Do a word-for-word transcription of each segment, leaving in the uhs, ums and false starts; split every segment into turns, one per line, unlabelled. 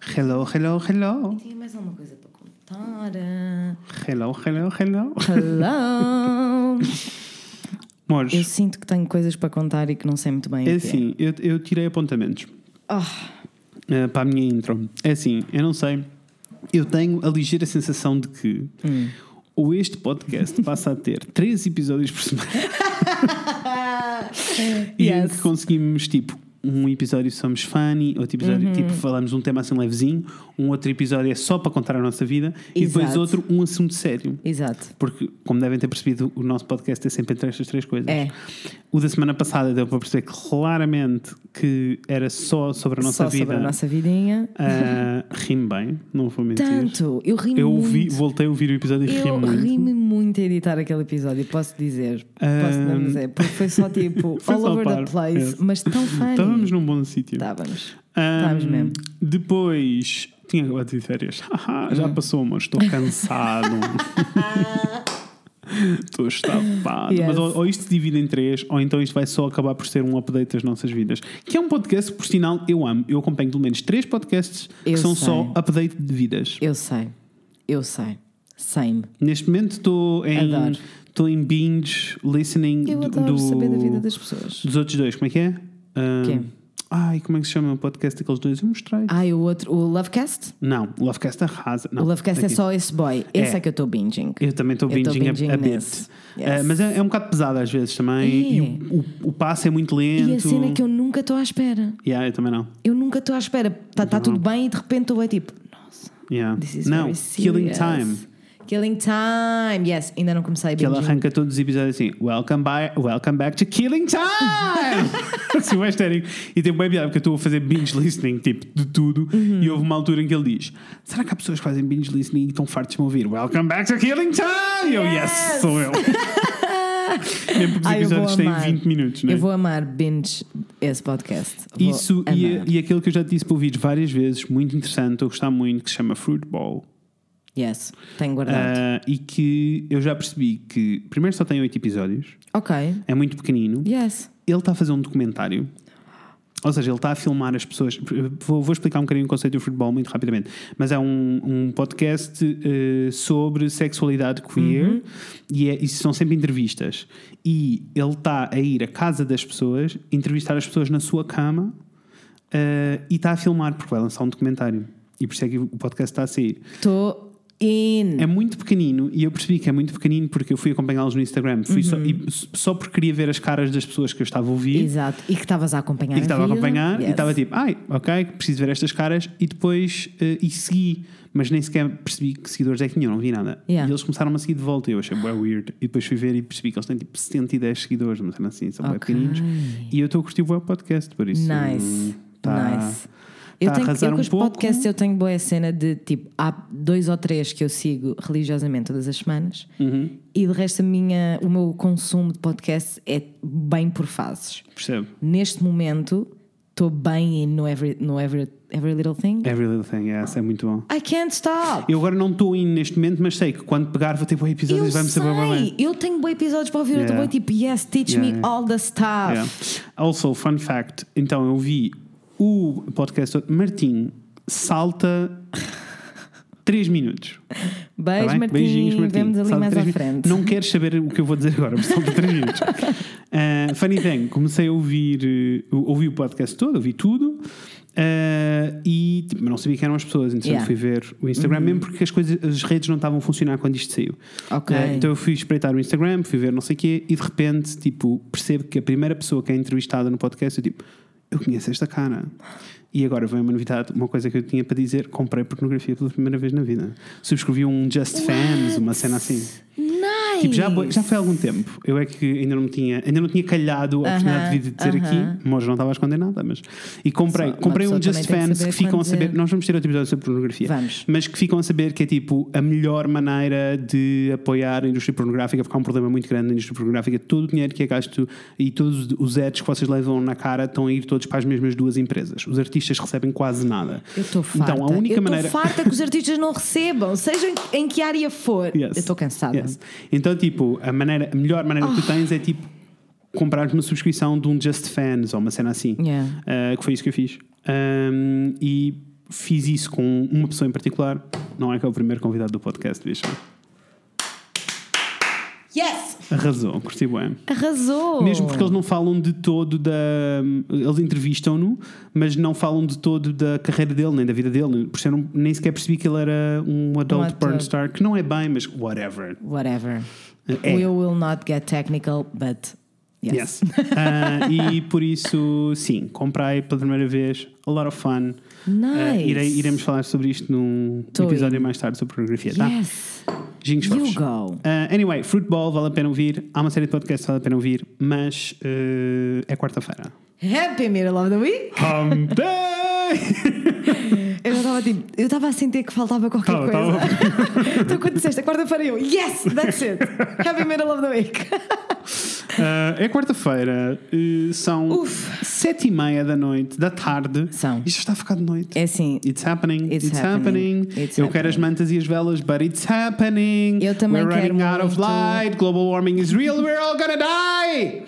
Hello, hello, hello.
Tinha mais alguma coisa para contar.
Hello, hello, hello.
Hello.
Mores,
Eu sinto que tenho coisas para contar e que não sei muito bem
é
o que
assim, eu, eu tirei apontamentos
Oh.
uh, para a minha intro. É assim, eu não sei, eu tenho a ligeira sensação de que
hum.
ou este podcast passa a ter três episódios por semana e em
Yes.
que conseguimos, tipo, um episódio somos funny, outro episódio
Uhum.
tipo falamos de um tema assim levezinho, um outro episódio é só para contar a nossa vida e depois
Exato.
outro um assunto sério.
Exato.
Porque, como devem ter percebido, o nosso podcast é sempre entre estas três coisas.
É.
O da semana passada deu para perceber claramente que era só sobre a nossa
Só
vida.
sobre a nossa vidinha.
Uh, ri-me bem, não vou mentir.
Tanto, eu ri
Eu
muito.
ouvi, voltei a ouvir o episódio e ri
Eu
muito.
ri-me muito a editar aquele episódio, posso dizer. Posso mesmo dizer, porque foi só tipo
Foi
all
só
over
par,
the place,
yes.
mas tão funny.
Estávamos num bom sítio.
Estávamos.
Um,
Estávamos mesmo.
Depois tinha acabado de férias. Já
Hum.
passou, mas estou cansado. Estou estafado.
Yes.
Mas ou, ou isto se divide em três, ou então isto vai só acabar por ser um update das nossas vidas. Que é um podcast que, por sinal, eu amo. Eu acompanho pelo menos três podcasts que
Eu
são
sei.
só update de vidas.
Eu sei. Eu sei. Same.
Neste momento estou em,
Adoro.
estou em binge listening
Eu
do,
adoro
do-
saber da vida das pessoas.
dos outros dois. Como é que é? Ah,
Quê?
Ai, como é que se chama o podcast daqueles dois? Eu mostrei.
Ah, e o outro, o Lovecast?
Não, o Lovecast arrasa. Não,
o Lovecast é
aqui.
só esse boy. Esse é,
É.
que eu estou binging.
Eu também estou
Eu tô
binging,
binging
a, a bit.
nesse. Yes.
Ah, mas é, é um bocado pesado às vezes também.
É.
E o, o, o passo é muito lento.
E a cena é que eu nunca estou à espera.
Yeah, eu também não.
Eu nunca estou à espera. Está tá
não.
tudo bem e de repente estou é tipo, nossa,
Yeah.
this is
Não,
very
Killing
serious.
Time.
Killing Time. Yes, ainda não comecei a
Que ela
binging.
arranca todos os episódios assim: Welcome, by, welcome back to Killing Time! Assim, o estéreo. E tem bem piada porque eu estou a fazer binge listening, tipo, de tudo.
Uhum.
E houve uma altura em que ele diz: será que há pessoas que fazem binge listening e estão fartos de me ouvir? Welcome back to Killing Time! E eu, yes, sou eu. Mesmo porque os
Ai, eu vou
episódios têm
amar.
vinte minutos, não é?
Eu vou amar binge esse podcast. Vou
Isso e,
amar.
e aquele que eu já te disse para ouvir várias vezes, muito interessante, estou a gostar muito, que se chama Fruit Bowl.
Yes, tenho guardado.
Ah, e que eu já percebi que primeiro só tem oito episódios,
Ok.
é muito pequenino.
Yes.
Ele está a fazer um documentário, ou seja, ele está a filmar as pessoas. Vou, vou explicar um bocadinho o conceito do futebol muito rapidamente, mas é um, um podcast uh, sobre sexualidade queer.
Uhum.
E, é, e são sempre entrevistas. E ele está a ir à casa das pessoas, entrevistar as pessoas na sua cama uh, e está a filmar, porque vai lançar um documentário. E por isso é que o podcast está a sair.
Estou in.
É muito pequenino e eu percebi que é muito pequenino porque eu fui acompanhá-los no Instagram. Fui só, e, só porque queria ver as caras das pessoas que eu estava a ouvir.
Exato. E que estavas a acompanhar.
E que estava a
vida.
acompanhar
Yes.
e estava tipo, ai, ok, preciso ver estas caras e depois uh, e segui, mas nem sequer percebi que seguidores é que tinham, não vi nada.
Yeah.
E eles começaram a seguir de volta e eu achei bué weird. E depois fui ver e percebi que eles têm tipo cento e dez seguidores, não sei assim, são bué
Ok.
pequeninos. E eu estou a curtir o podcast, por isso.
Nice.
Tá,
Nice.
tá
Eu
a
tenho
arrasar
eu com
um
os
pouco.
podcasts eu tenho boa cena de tipo, há dois ou três que eu sigo religiosamente todas as semanas
Uhum.
e de resto a minha, o meu consumo de podcast é bem por fases.
Percebo.
Neste momento estou bem no every, no every, every Little Thing.
Every Little Thing, yes, é muito bom.
I can't stop.
Eu agora não estou indo neste momento, mas sei que quando pegar vou ter bom episódios
Eu
e vai-me saber bem.
sei, eu tenho bons episódios para ouvir, eu estou
Yeah.
bem tipo, yes, teach
Yeah,
me
yeah.
all the stuff.
Yeah. Also, fun fact, então eu vi o podcast todo. Martim salta três minutos.
Beijo,
Tá bem?
Martim.
Beijinhos, Martim.
Vemos ali
Salta
mais
três
à
mi-
frente.
Não queres saber o que eu vou dizer agora, mas salta três minutos. Uh, funny thing, comecei a ouvir, uh, ouvi o podcast todo, ouvi tudo. Uh, e tipo, não sabia quem eram as pessoas, então
Yeah.
fui ver o Instagram, mesmo porque as, coisas, as redes não estavam a funcionar quando isto saiu.
Ok.
Uh, então eu fui espreitar o Instagram, fui ver não sei o quê, e de repente tipo, percebo que a primeira pessoa que é entrevistada no podcast, eu tipo, eu conheço esta cara. E agora vem uma novidade, uma coisa que eu tinha para dizer: comprei pornografia pela primeira vez na vida. Subscrevi um Just Fans, uma cena assim.
Nice.
Tipo, já, já foi há algum tempo. Eu é que ainda não me tinha, ainda não tinha calhado a oportunidade de vir dizer
uh-huh.
aqui, mas não estava a esconder nada. Mas... E comprei,
Só- uma
comprei um
pessoa
Just
também tem que
Fans
saber
que ficam
quando
a saber.
dizer.
Nós vamos ter outro episódio sobre pornografia,
Vamos.
mas que ficam a saber que é tipo a melhor maneira de apoiar a indústria pornográfica, porque há um problema muito grande na indústria pornográfica. Todo o dinheiro que é gasto e todos os ads que vocês levam na cara estão a ir todos para as mesmas duas empresas. Os artistas recebem quase nada.
Eu estou farta.
Então, a única
eu
maneira.
estou farta que os artistas não recebam, seja em, em que área for.
Yes.
Eu estou cansada.
Yes. Então, tipo, a, maneira, a melhor maneira que tu tens é tipo comprar uma subscrição de um Just Fans ou uma cena assim.
Yeah.
Uh, que foi isso que eu fiz. Um, e fiz isso com uma pessoa em particular. Não é que é o primeiro convidado do podcast, bicho.
Yes!
Arrasou, curti bem.
Arrasou!
Mesmo porque eles não falam de todo da... Eles entrevistam-no, mas não falam de todo da carreira dele, nem da vida dele. Por isso eu não, nem sequer percebi que ele era um adult
Um
porn star, que não é bem, mas whatever.
Whatever.
É.
We will not get technical, but yes.
Yes. uh, e por isso, sim, comprei pela primeira vez. A lot of fun.
Nice.
Uh, irei, iremos falar sobre isto num
Tô
episódio
in.
mais tarde sobre pornografia, tá?
Yes.
Ginhos
You
fofos.
go.
Uh, anyway, Fruitball vale a pena ouvir. Há uma série de podcasts que vale a pena ouvir, mas uh, é quarta-feira.
Happy Middle of the Week.
Hump Day!
Eu já estava tipo, eu estava a sentir que faltava qualquer
Tava,
coisa.
tava.
Então quando disseste a quarta-feira eu, yes, that's it. Happy Middle of the Week.
Uh, é quarta-feira, uh, são
Uf.
sete e meia da noite, da tarde.
São.
Isto já está a ficar de noite.
É assim.
It's happening, it's,
It's
happening.
happening. It's
Eu
happening.
quero as mantas e as velas, but it's happening.
Eu também
We're
quero
running out of
muito.
light. Global warming is real. We're all gonna die.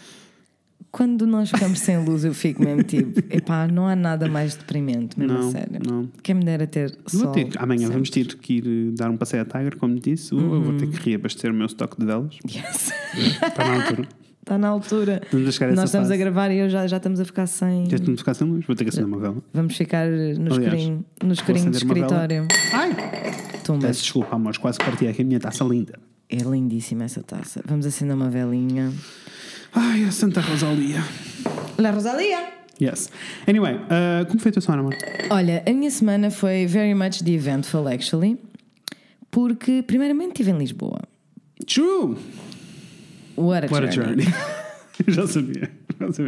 Quando nós ficamos sem luz, eu fico mesmo tipo, epá, não há nada mais deprimente, mesmo
Não,
a sério.
não.
Quem me dera ter
Vou
sol.
ter, amanhã
sempre.
vamos ter que ir uh, dar um passeio à Tiger, como disse. Uh, eu vou ter que reabastecer o meu estoque de velas.
Yes.
Está na altura.
Está na altura.
Estamos a chegar a essa
Nós estamos
fase.
a gravar e eu já, já estamos a ficar sem.
Já estamos a ficar sem luz. Vou ter que acender uma vela.
Vamos ficar no
Aliás,
escurinho, no escurinho do
acender uma vela.
escritório.
Ai!
Tumba.
Peço desculpa, amores. Quase parti aqui a minha taça linda.
É lindíssima essa taça. Vamos acender uma velinha.
Ai, a Santa Rosalia.
La Rosalia!
Yes. Anyway, uh, como foi a tua semana, amor?
Olha, a minha semana foi very much the eventful, actually. Porque, primeiramente, estive em Lisboa.
True!
What a
What a
journey.
journey. já sabia, já sabia.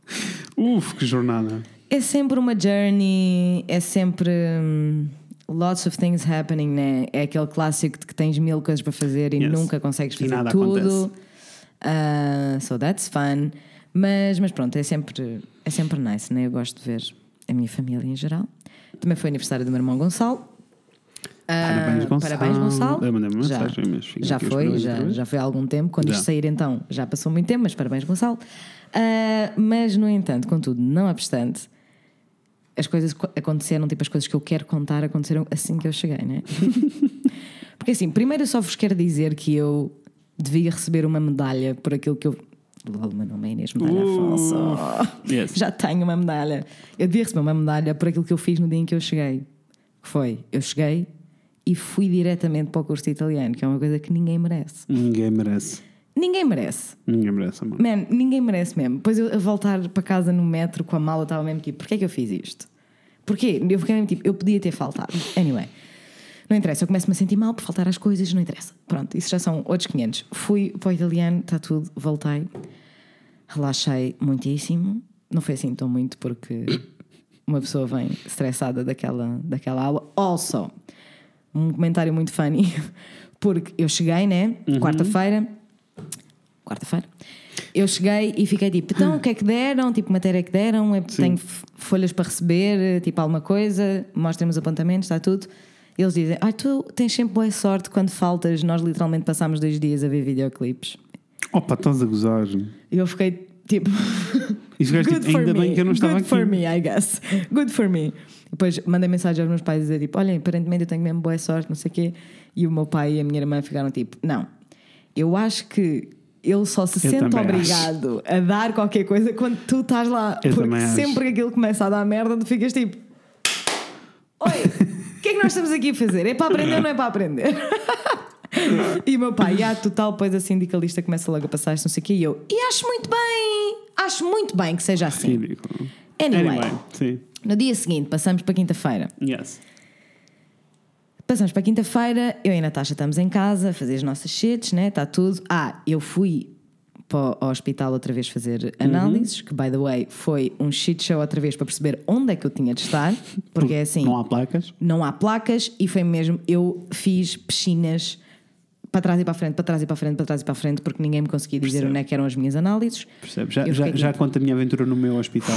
Uf, que jornada.
É sempre uma journey, é sempre hum, lots of things happening, né? É aquele clássico de que tens mil coisas para fazer e
Yes.
nunca consegues
E
fazer
nada
tudo. Uh, so that's fun. Mas, mas pronto, é sempre, é sempre nice, né? Eu gosto de ver a minha família em geral. Também foi aniversário do meu irmão Gonçalo.
Parabéns,
Uh,
Gonçalo.
Parabéns, Gonçalo.
Eu mandei uma
Já,
mensagem, mas fica
já
aqui os
foi,
parabéns
já,
outra vez.
já foi há algum tempo. Quando
Já.
isto sair, então, já passou muito tempo, mas parabéns, Gonçalo. Uh, mas, no entanto, contudo, não obstante, as coisas aconteceram, tipo, as coisas que eu quero contar aconteceram assim que eu cheguei, né? Porque assim, primeiro eu só vos quero dizer que eu devia receber uma medalha por aquilo que eu. Lol, meu nome é Inês Medalha
Uh,
Afonso.
yes.
Já tenho uma medalha. Eu devia receber uma medalha por aquilo que eu fiz no dia em que eu cheguei. Que foi, eu cheguei e fui diretamente para o curso de italiano, que é uma coisa que ninguém merece.
Ninguém merece.
Ninguém merece.
Ninguém merece, amor.
Man, ninguém merece mesmo. Depois eu a voltar para casa no metro com a mala, estava mesmo tipo, porquê é que eu fiz isto? Porquê? Eu fiquei mesmo tipo, eu podia ter faltado. Anyway, não interessa, eu começo-me a sentir mal por faltar às coisas, não interessa. Pronto, isso já são outros quinhentos. Fui para o italiano, está tudo, voltei. Relaxei muitíssimo. Não foi assim tão muito porque uma pessoa vem estressada daquela, daquela aula. Also, um comentário muito funny, porque eu cheguei, né?
Uhum.
Quarta-feira. Quarta-feira. Eu cheguei e fiquei tipo, então o que é que deram? Tipo, matéria que deram? É, tenho f- folhas para receber, tipo alguma coisa, mostrem-me os apontamentos, está tudo. Eles dizem, ah, tu tens sempre boa sorte quando faltas. Nós literalmente passámos dois dias a ver videoclipes.
Opa, estás a gozar.
E eu fiquei tipo.
Isso é
Good
tipo,
for
ainda
me.
bem que eu não estava
Good
aqui.
for me, I guess. Good for me. Depois mandei mensagem aos meus pais a dizer tipo, olhem, aparentemente eu tenho mesmo boa sorte, não sei o quê. E o meu pai e a minha irmã ficaram tipo, não, eu acho que ele só se
Eu
sente
também
obrigado a dar qualquer coisa quando tu estás lá.
Eu
Porque
também acho.
sempre que aquilo começa a dar merda, tu ficas tipo, oi, o que é que nós estamos aqui a fazer? É para aprender ou não é para aprender? E o meu pai, ah, total, depois a sindicalista começa logo a passar isto, não sei o quê, e eu, e acho muito bem, acho muito bem que seja assim.
Ridículo.
Anyway,
sim.
no dia seguinte passamos para quinta-feira.
Yes.
Passamos para quinta-feira, eu e a Natasha estamos em casa a fazer as nossas shits, né? Está tudo. Ah, eu fui para o hospital outra vez fazer análises, que, by the way, foi um shit show outra vez para perceber onde é que eu tinha de estar, porque é assim,
Não há placas?
não há placas, e foi mesmo, eu fiz piscinas para trás e para a frente, para trás e para a frente, para trás e para a frente, porque ninguém me conseguia dizer
Percebo.
onde é que eram as minhas análises.
Percebes? Já,
Eu
já,
fiquei
já
tipo-
conto a minha aventura no meu hospital.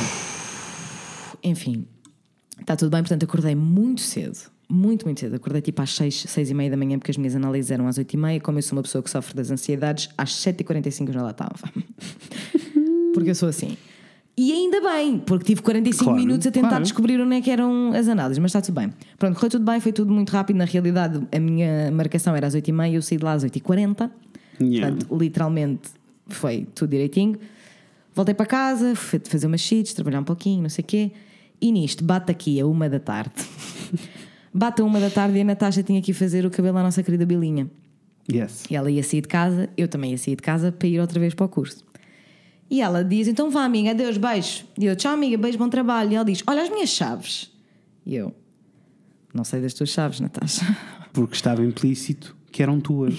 Enfim, está tudo bem, portanto acordei muito cedo, muito, muito cedo. Acordei tipo às seis, seis e meia da manhã, porque as minhas análises eram às oito e meia. Como eu sou uma pessoa que sofre das ansiedades, às sete e quarenta e cinco já lá estava. Porque eu sou assim. E ainda bem, porque tive quarenta e cinco
Claro,
minutos a tentar
claro.
descobrir onde é que eram as análises, mas está tudo bem. Pronto, correu tudo bem, foi tudo muito rápido. Na realidade, a minha marcação era às oito e meia, eu saí de lá às oito e quarenta.
Yeah.
Portanto, literalmente foi tudo direitinho. Voltei para casa, fui fazer umas sheets, trabalhar um pouquinho, não sei o quê. E nisto, bate aqui a uma da tarde. Bate a uma da tarde e a Natasha tinha que ir fazer o cabelo à nossa querida Bilinha.
Yes.
E ela ia sair de casa, eu também ia sair de casa para ir outra vez para o curso. E ela diz, então vá amiga, adeus, beijo. E eu, tchau amiga, beijo, bom trabalho. E ela diz, olha as minhas chaves. E eu, não sei das tuas chaves, Natasha.
Porque estava implícito que eram tuas.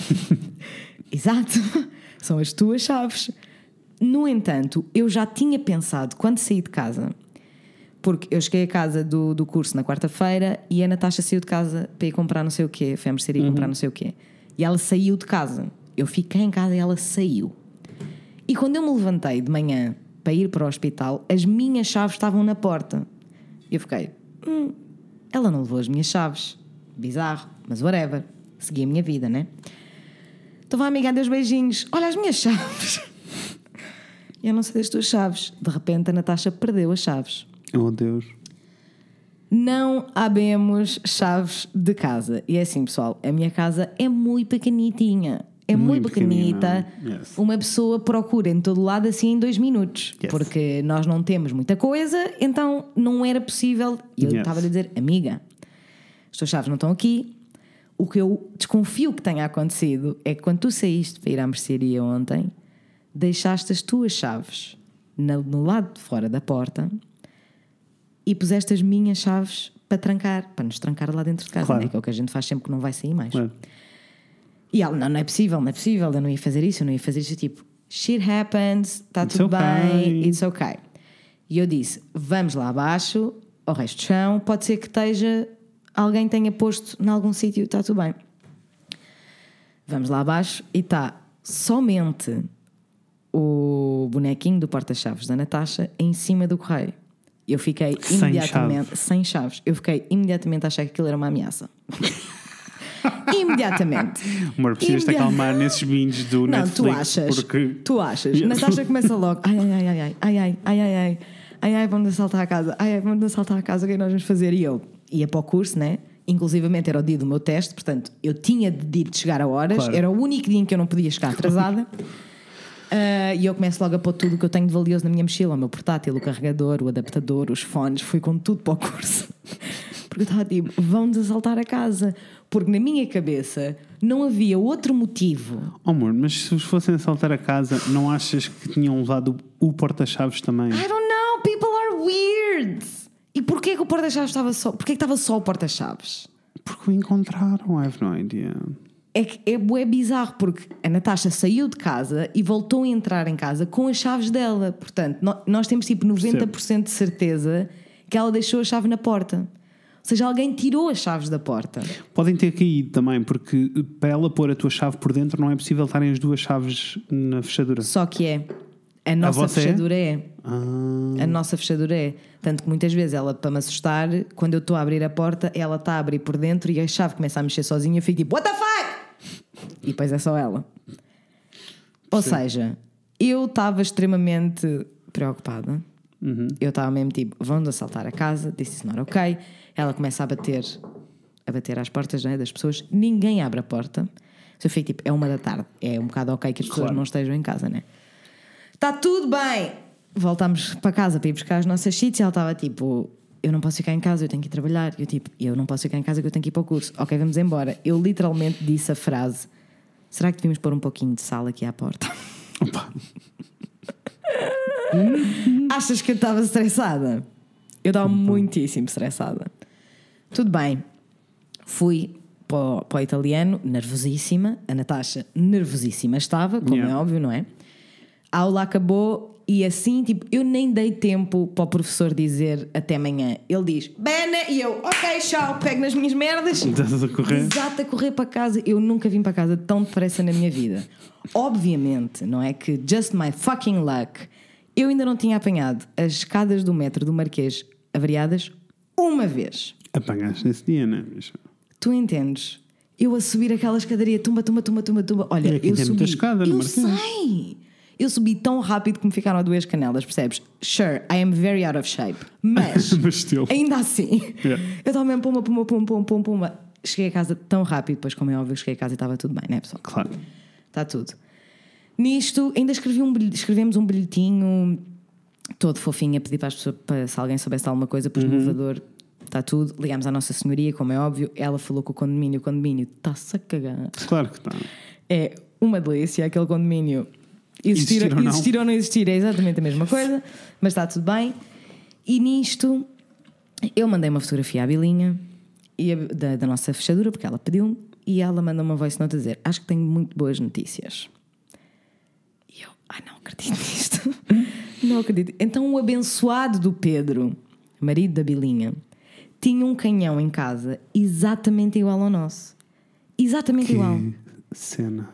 Exato, são as tuas chaves. No entanto, eu já tinha pensado, quando saí de casa, porque eu cheguei a casa do, do curso na quarta-feira e a Natasha saiu de casa para ir comprar não sei o quê, foi à mercearia uhum. comprar não sei o quê. E ela saiu de casa. Eu fiquei em casa e ela saiu. E quando eu me levantei de manhã para ir para o hospital, as minhas chaves estavam na porta. E eu fiquei, hum, ela não levou as minhas chaves. Bizarro, mas whatever. Segui a minha vida, né? Então vá, amiga, adeus, beijinhos. Olha as minhas chaves. E eu não sei das tuas chaves. De repente a Natasha perdeu as chaves.
Oh, Deus.
Não abemos chaves de casa. E é assim, pessoal, a minha casa é muito pequenitinha. É muito, muito pequenita. Yes. Uma pessoa procura em todo lado assim em dois minutos. Yes. Porque nós não temos muita coisa, então não era possível. E eu yes. estava a dizer, amiga, as tuas chaves não estão aqui. O que eu desconfio que tenha acontecido é que quando tu saíste para ir à mercearia ontem, deixaste as tuas chaves no lado de fora da porta e puseste as minhas chaves para trancar, para nos trancar lá dentro de casa, claro. Né? Que é o que a gente faz sempre que não vai sair mais. Claro. E ela, não, não é possível, não é possível, eu não ia fazer isso, eu não ia fazer isso. Tipo, shit happens, está tudo okay. bem, it's ok. E eu disse, vamos lá abaixo, ao resto do chão, pode ser que esteja, alguém tenha posto em algum sítio, está tudo bem. Vamos lá abaixo e está somente o bonequinho do porta-chaves da Natasha em cima do correio. Eu fiquei sem imediatamente chave. sem chaves. Eu fiquei imediatamente a achar que aquilo era uma ameaça. Imediatamente.
Amor, precisas te acalmar nesses vinhos do
não,
Netflix.
Tu achas,
porque...
tu achas. Natasha começa logo. Ai, ai, ai, ai, ai, ai, ai, ai, ai, ai, ai, vamos assaltar a casa. Ai, ai, vamos assaltar a casa. O que é que nós vamos fazer? E eu ia para o curso, né? Inclusivamente era o dia do meu teste, portanto eu tinha de ir de chegar a horas. Claro. Era o único dia em que eu não podia chegar atrasada. Uh, e eu começo logo a pôr tudo o que eu tenho de valioso na minha mochila, o meu portátil, o carregador, o adaptador, os fones. Fui com tudo para o curso. Porque eu estava tipo, vão-nos assaltar a casa. Porque na minha cabeça não havia outro motivo.
Oh, amor, mas se fossem assaltar a casa, não achas que tinham levado o porta-chaves também?
I don't know, people are weird. E porquê que o porta-chaves estava só? Porquê que estava só o porta-chaves?
Porque o encontraram, I have no idea.
É que é, é bizarro, porque a Natasha saiu de casa e voltou a entrar em casa com as chaves dela. Portanto, no, nós temos tipo noventa por cento de certeza que ela deixou a chave na porta. Ou seja, alguém tirou as chaves da porta.
Podem ter caído também, porque para ela pôr a tua chave por dentro não é possível estarem as duas chaves na fechadura.
Só que é. A nossa a fechadura é. é.
Ah. A
nossa fechadura é. Tanto que muitas vezes ela, para me assustar, quando eu estou a abrir a porta, ela está a abrir por dentro e a chave começa a mexer sozinha e eu fico tipo, what the fuck? E depois é só ela. Ou Sim. seja, eu estava extremamente preocupada.
Uhum.
Eu estava mesmo tipo, vão-nos assaltar a casa, disse isso não era ok. Ela começa a bater, a bater às portas, né, das pessoas. Ninguém abre a porta. Eu fico tipo, é uma da tarde. É um bocado ok que as pessoas claro. não estejam em casa, né? Está tudo bem. Voltámos para casa para ir buscar as nossas sheets e ela estava tipo, eu não posso ficar em casa, eu tenho que ir trabalhar. E eu tipo, eu não posso ficar em casa que eu tenho que ir para o curso. Ok, vamos embora. Eu literalmente disse a frase, será que devíamos pôr um pouquinho de sal aqui à porta?
Opa.
Achas que eu estava estressada? Eu estava muitíssimo estressada. Tudo bem. Fui para o, para o italiano, nervosíssima. A Natasha nervosíssima estava, como yeah. é óbvio, não é? A aula acabou e assim, tipo, eu nem dei tempo para o professor dizer até amanhã. Ele diz, Bena, e eu, ok, tchau, pego nas minhas merdas.
Estás a correr?
Exato, a correr para casa. Eu nunca vim para casa tão depressa na minha vida. Obviamente, não é que just my fucking luck, eu ainda não tinha apanhado as escadas do metro do Marquês avariadas uma vez.
Apanhaste nesse dia, não é?
Tu entendes? Eu a subir aquela escadaria, tumba, tumba, tumba, tumba, tumba. Olha,
e aqui
eu
tem
subi.
Muita escada no
eu
Marquês.
sei. Eu subi tão rápido que me ficaram a doer as canelas, percebes? Sure, I am very out of shape. Mas,
Mas still.
ainda assim,
Yeah.
eu estava mesmo puma, puma, puma, puma, puma, puma. Cheguei a casa tão rápido, depois, como é óbvio, cheguei a casa e estava tudo bem, não é, pessoal?
Claro.
Está tudo. Nisto, ainda escrevi um bilhete, escrevemos um bilhetinho todo fofinho a pedir para as pessoas, para, se alguém soubesse alguma coisa, pus no elevador, está tudo. Ligámos à Nossa Senhoria, como é óbvio. Ela falou com o condomínio, o condomínio está-se a cagar.
Claro que está.
É uma delícia, aquele condomínio. Existir,
Existir ou não.
existir ou não existir é exatamente a mesma coisa, mas está tudo bem. E nisto, eu mandei uma fotografia à Bilinha e a, da, da nossa fechadura, porque ela pediu-me, e ela mandou uma voice note a dizer: acho que tenho muito boas notícias. E eu, ai, não acredito nisto. Não acredito. Então o abençoado do Pedro, marido da Bilinha, tinha um canhão em casa exatamente igual ao nosso. Exatamente
Que
igual.
cena.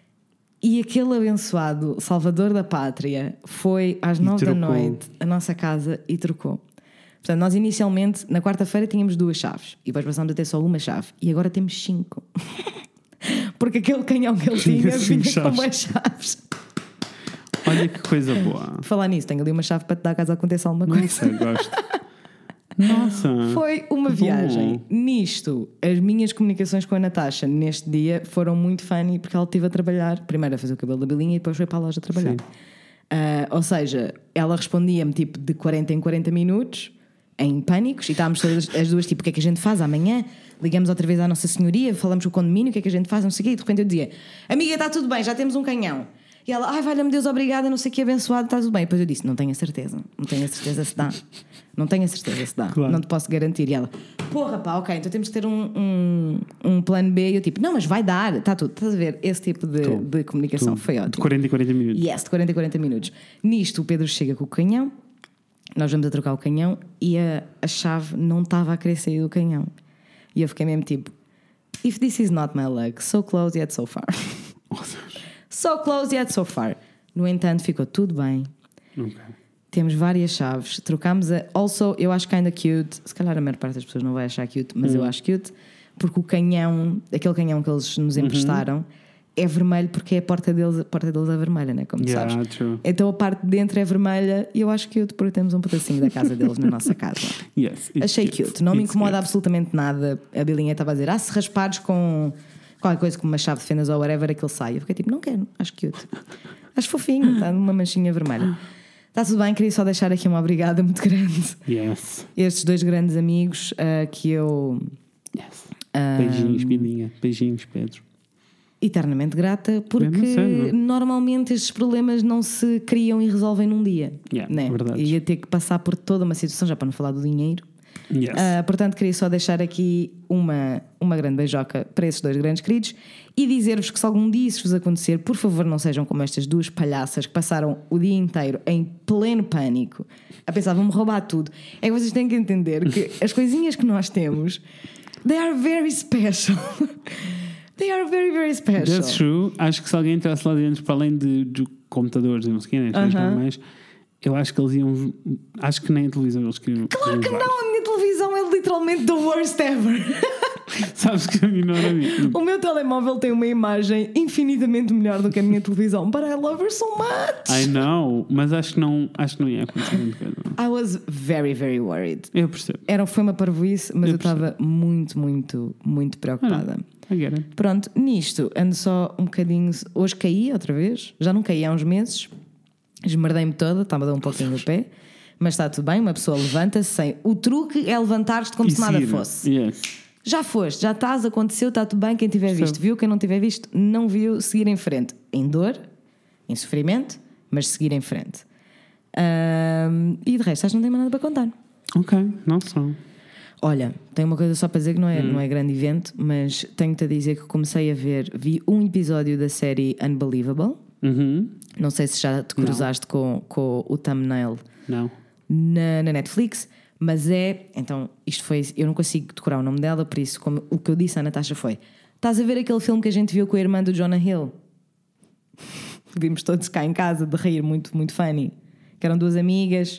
E aquele abençoado salvador da pátria foi às nove da
trocou.
noite à nossa casa e trocou. Portanto, nós inicialmente, na quarta-feira, tínhamos duas chaves. E depois passámos a ter só uma chave. E agora temos cinco. Porque aquele canhão que ele tinha
Tinha cinco
vinha com
chaves.
mais chaves.
Olha que coisa boa.
Falar nisso, tenho ali uma chave para te dar caso aconteça alguma coisa.
Nossa, gosto. Nossa.
Foi uma
Bom.
viagem. Nisto, as minhas comunicações com a Natasha neste dia foram muito funny, porque ela esteve a trabalhar, primeiro a fazer o cabelo da Bilinha e depois foi para a loja trabalhar. Uh, ou seja, ela respondia-me tipo de quarenta em quarenta minutos, em pânicos, e estávamos todas as duas tipo: o que é que a gente faz amanhã? Ligamos outra vez à Nossa Senhoria, falamos com o condomínio, o que é que a gente faz? Não sei o quê. E de repente eu dizia: amiga, está tudo bem, já temos um canhão. E ela: ai, valha-me Deus, obrigada, não sei o que, abençoado, está tudo bem. E depois eu disse: não tenho a certeza, não tenho a certeza se dá. Não tenho a certeza se dá,
Claro.
não te posso garantir. E ela: porra, pá, ok, então temos que ter um, um, um plano B. E eu tipo: não, mas vai dar, está tudo. Estás a ver? Esse tipo de,
Tô.
de comunicação
Tô.
foi
De
ótimo.
quarenta em quarenta minutos.
Yes, de quarenta em quarenta minutos. Nisto, o Pedro chega com o canhão, nós vamos a trocar o canhão e a, a chave não estava a querer sair do canhão. E eu fiquei mesmo tipo: if this is not my luck, so close yet so far.
Oh, Deus.
So close yet so far. No entanto, ficou tudo bem.
Ok.
Temos várias chaves. Trocámos a... Also, eu acho kinda cute. Se calhar a maior parte das pessoas não vai achar cute, mas
Hum.
eu acho cute. Porque o canhão, aquele canhão que eles nos emprestaram, é vermelho porque é a porta deles, a porta deles é vermelha, né? Como tu
Yeah,
sabes.
true.
Então a parte de dentro é vermelha e eu acho cute porque temos um pedacinho da casa deles na nossa casa.
Yes, it's
Achei cute. Não me
It's
incomoda
cute.
absolutamente nada. A Bilinha estava a dizer: ah, se raspares com qualquer coisa como uma chave de fendas ou whatever, aquilo sai. Eu fiquei tipo: não quero, acho cute. Acho fofinho, está numa manchinha vermelha. Está tudo bem, queria só deixar aqui uma obrigada muito grande.
Yes.
Estes dois grandes amigos uh, que eu
Yes.
uh,
Beijinhos, Bilinha. Beijinhos, Pedro.
eternamente grata, porque
Mesmo sério?
normalmente estes problemas não se criam e resolvem num dia.
Yeah,
né?
verdade.
Ia ter que passar por toda uma situação, já para não falar do dinheiro.
Yes.
Uh, portanto, queria só deixar aqui uma, uma grande beijoca para esses dois grandes queridos e dizer-vos que se algum dia isso vos acontecer, por favor não sejam como estas duas palhaças que passaram o dia inteiro em pleno pânico a pensar: vão-me roubar tudo. É que vocês têm que entender que as coisinhas que nós temos, they are very special. They are very, very special.
That's true. Acho que se alguém entrasse lá dentro, para além de, de computadores e não sei o quê, né, as coisas
Uh-huh.
normais, eu acho que eles iam. Acho que nem a televisão eles queriam.
Claro que
levar.
não, a minha televisão é literalmente the worst ever.
Sabes que a mim não era mim.
O meu telemóvel tem uma imagem infinitamente melhor do que a minha televisão, but I love her so much.
I know, mas acho que não, acho que não ia acontecer muita coisa.
I was very, very worried.
Eu percebo.
Era, foi uma parvoíce, mas eu
Eu percebo.
estava muito, muito, muito preocupada.
I get it.
Pronto, nisto, ando só um bocadinho. Hoje caí outra vez, já não caí há uns meses, esmerdei-me toda, estava a dar um pouquinho no pé, mas está tudo bem. Uma pessoa levanta-se sem. O truque é levantar-te como
E
se nada
seguir.
fosse.
Yes.
Já foste, já estás, aconteceu, está tudo bem. Quem tiver
Percebo.
visto, viu. Quem não tiver visto, não viu. Seguir em frente. Em dor, em sofrimento, mas seguir em frente. Ahm, e de resto, acho que não tenho mais nada para contar.
Ok, não só.
Olha, tenho uma coisa só para dizer que não é,
Hum.
não é grande evento, mas tenho-te a dizer que comecei a ver, vi um episódio da série Unbelievable.
Uhum.
Não sei se já te cruzaste com, com o thumbnail
Não.
na, na Netflix, mas é. Então, isto foi. Eu não consigo decorar o nome dela, por isso, como, o que eu disse à Natasha foi: estás a ver aquele filme que a gente viu com a irmã do Jonah Hill? Vimos todos cá em casa de rir, muito, muito funny. Que eram duas amigas,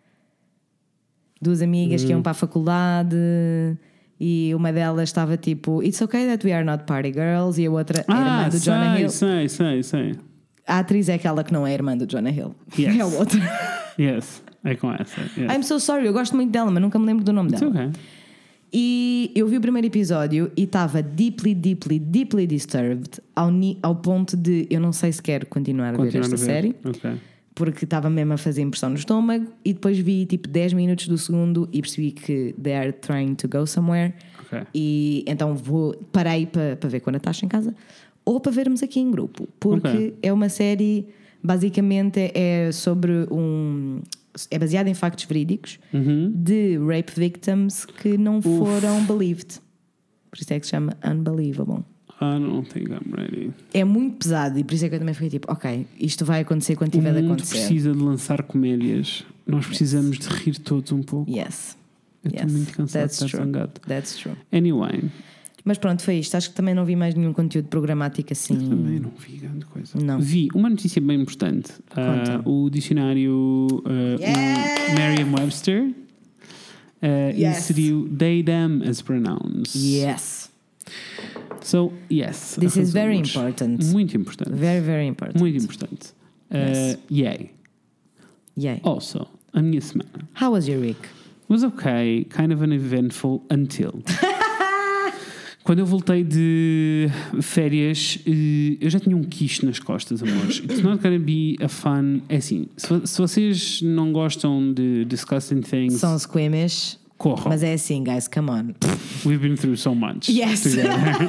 duas amigas que iam para a faculdade. E uma delas estava tipo: It's okay that we are not party girls. E a outra, a irmã
Ah,
do Jonah
sei,
Hill.
sei, sei, sei.
A atriz é aquela que não é a irmã do Jonah Hill.
Yes.
É a outra.
Yes, é com essa. Yes.
I'm so sorry, eu gosto muito dela, mas nunca me lembro do nome
It's
dela.
okay.
E eu vi o primeiro episódio e estava deeply, deeply, deeply disturbed ao, ni- ao ponto de eu não sei se quero continuar a
Continuar
ver esta
a ver.
série.
Ok.
Porque estava mesmo a fazer impressão no estômago. E depois vi tipo dez minutos do segundo e percebi que they are trying to go somewhere.
Ok.
E então vou, parei para pa ver com a Natasha em casa ou para vermos aqui em grupo. Porque
Ok.
é uma série, basicamente é sobre um... É baseada em factos verídicos
Uhum.
de rape victims que não foram believed. Por isso é que se chama Unbelievable.
I don't think I'm ready.
É muito pesado e por isso é que eu também fiquei tipo, ok, isto vai acontecer quando
O
tiver de
mundo
acontecer.
precisa de lançar comédias. Nós precisamos de rir todos um pouco.
Yes.
Eu estou
Yes.
muito cansado de
That's
estar
true.
zangado.
That's true.
Anyway,
Mas pronto, foi isto. Acho que também não vi mais nenhum conteúdo programático assim.
também não vi grande coisa.
Não.
Vi uma notícia bem importante.
Conta.
Uh, o dicionário uh,
Yes!
o Merriam-Webster uh,
Yes.
inseriu they, them as pronouns.
Yes.
So, yes.
This is very
arrasamos.
important.
Muito importante.
Very, very important.
Muito importante. Uh,
Yes.
Yay.
Yay.
Also, a minha semana
How was your week?
was okay, kind of uneventful until. Quando eu voltei de férias, eh, eu já tinha um quiche nas costas, amores. It's not gonna be a fun. É assim, se, vo- se vocês não gostam de discussing things,
São squamish.
corram.
Mas é assim, guys, come on.
We've been through so much.
Yes.
together.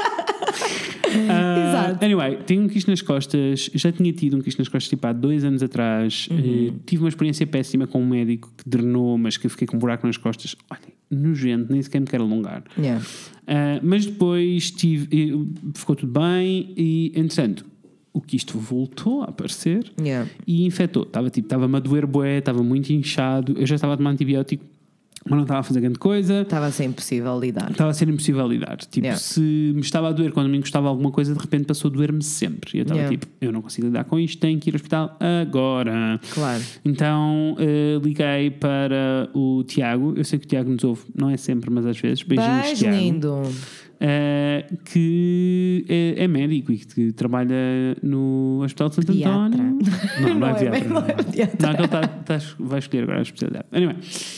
Uh,
Exato.
Anyway, tenho um quiche nas costas. Já tinha tido um quiche nas costas tipo há dois anos atrás. Uh, tive uma experiência péssima com um médico que drenou, mas que eu fiquei com um buraco nas costas. Olha, nojento, nem sequer me quero alongar.
Yeah.
Uh, mas depois tive, eh, ficou tudo bem e, entretanto, o quisto voltou a aparecer
Yeah.
e infectou. Estava tipo, estava-me a doer bué, estava muito inchado. Eu já estava a tomar antibiótico, mas não estava a fazer grande coisa.
Estava a ser impossível lidar.
Estava a ser impossível lidar. Tipo,
Yeah.
se me estava a doer quando me encostava alguma coisa, de repente passou a doer-me sempre. E eu estava
Yeah.
tipo, eu não consigo lidar com isto, tenho que ir ao hospital agora.
Claro.
Então eh, liguei para o Tiago. Eu sei que o Tiago nos ouve, não é sempre, mas às vezes. Beijinhos,
Beijo
Tiago.
lindo.
Eh, que é, é médico e que trabalha no Hospital de Santo
Pediatra.
António. Não, não, é
Não é
pediatra.
bem-
Não,
não é pediatra.
Não, que ele tá, tá, vai escolher agora a especialidade. Anyway.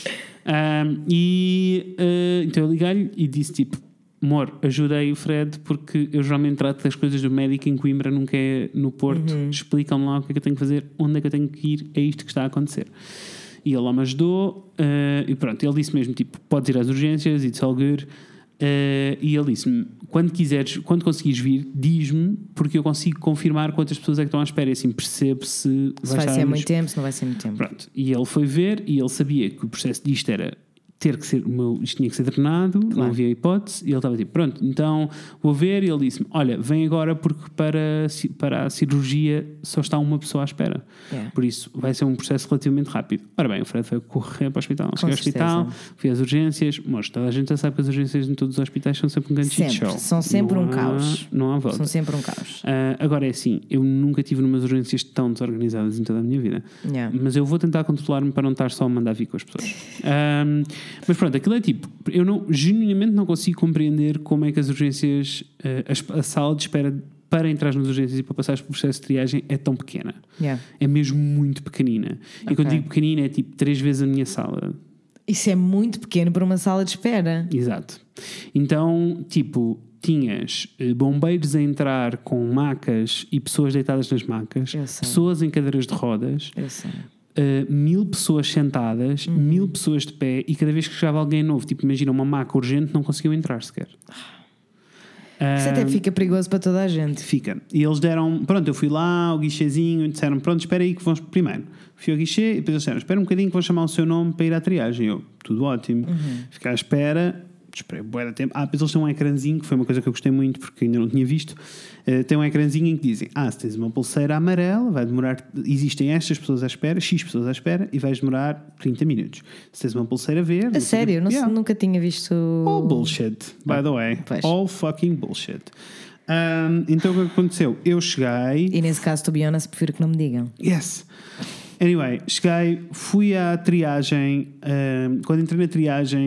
Um, e eh, então eu liguei-lhe e disse tipo, amor, ajudei o Fred porque eu geralmente trato das coisas do médico em Coimbra, nunca é no Porto.
Uhum.
Explica-me lá o que é que eu tenho que fazer, onde é que eu tenho que ir, é isto que está a acontecer. E ele lá me ajudou eh, e pronto, ele disse mesmo tipo, podes ir às urgências, it's all good. Eh, e ele disse-me, quando quiseres, quando conseguires vir, diz-me, porque eu consigo confirmar quantas pessoas é que estão à espera e assim percebo se,
Se vai
estar
ser
nos-
muito tempo, se não vai ser muito tempo.
Pronto, e ele foi ver e ele sabia que o processo disto era ter que ser, o meu, isto tinha que ser drenado, não
Claro.
havia hipótese, e ele estava tipo, pronto, então vou ver, e ele disse-me, olha, vem agora porque para, ci- para a cirurgia só está uma pessoa à espera,
Yeah.
por isso vai ser um processo relativamente rápido. Ora bem, o Fred foi correr para o hospital, cheguei ao hospital,
certeza.
fui às urgências, mas toda a gente já sabe que as urgências em todos os hospitais são sempre um grande shit
Sempre,
show.
são sempre
Não
um
há-
caos.
Não há volta.
São sempre um caos.
Ah, agora é assim, eu nunca tive numas urgências tão desorganizadas em toda a minha vida.
Yeah.
Mas eu vou tentar controlar-me para não estar só a mandar vir com as pessoas. Ahm, mas pronto, aquilo é tipo, eu não, genuinamente não consigo compreender como é que as urgências, eh, a, a sala de espera para entrar nas urgências e para passar por processo de triagem é tão pequena.
Yeah.
É mesmo muito pequenina. E quando
Ok.
digo pequenina é tipo três vezes a minha sala.
Isso é muito pequeno para uma sala de espera.
Exato. Então, tipo, tinhas eh, bombeiros a entrar com macas e pessoas deitadas nas macas,
Eu sei.
pessoas em cadeiras de rodas,
Eu sei.
Uh, mil pessoas sentadas,
Uhum.
mil pessoas de pé, e cada vez que chegava alguém novo, tipo, imagina uma maca urgente, não conseguiam entrar sequer.
Isso até
Uh,
fica perigoso para toda a gente.
Fica. E eles deram, pronto, eu fui lá ao guichezinho e disseram, pronto, espera aí que vão primeiro. Fui ao guichê e depois eles disseram, espera um bocadinho que vão chamar o seu nome para ir à triagem. Eu, tudo ótimo.
Uhum.
Fiquei à espera, esperei bué de tempo. Ah, depois eles têm um ecrãzinho, que foi uma coisa que eu gostei muito porque ainda não tinha visto. Uh, tem um ecrãzinho em que dizem, ah, se tens uma pulseira amarela, vai demorar, existem estas pessoas à espera, X pessoas à espera, e vais demorar trinta minutos. Se tens uma pulseira verde...
A sério, não,
Yeah.
nunca tinha visto.
All bullshit, by the way.
Pois.
All fucking bullshit. Um, então o que aconteceu? Eu cheguei...
E nesse caso, to be honest, prefiro que não me digam.
Yes. Anyway, cheguei, fui à triagem. Um, quando entrei na triagem,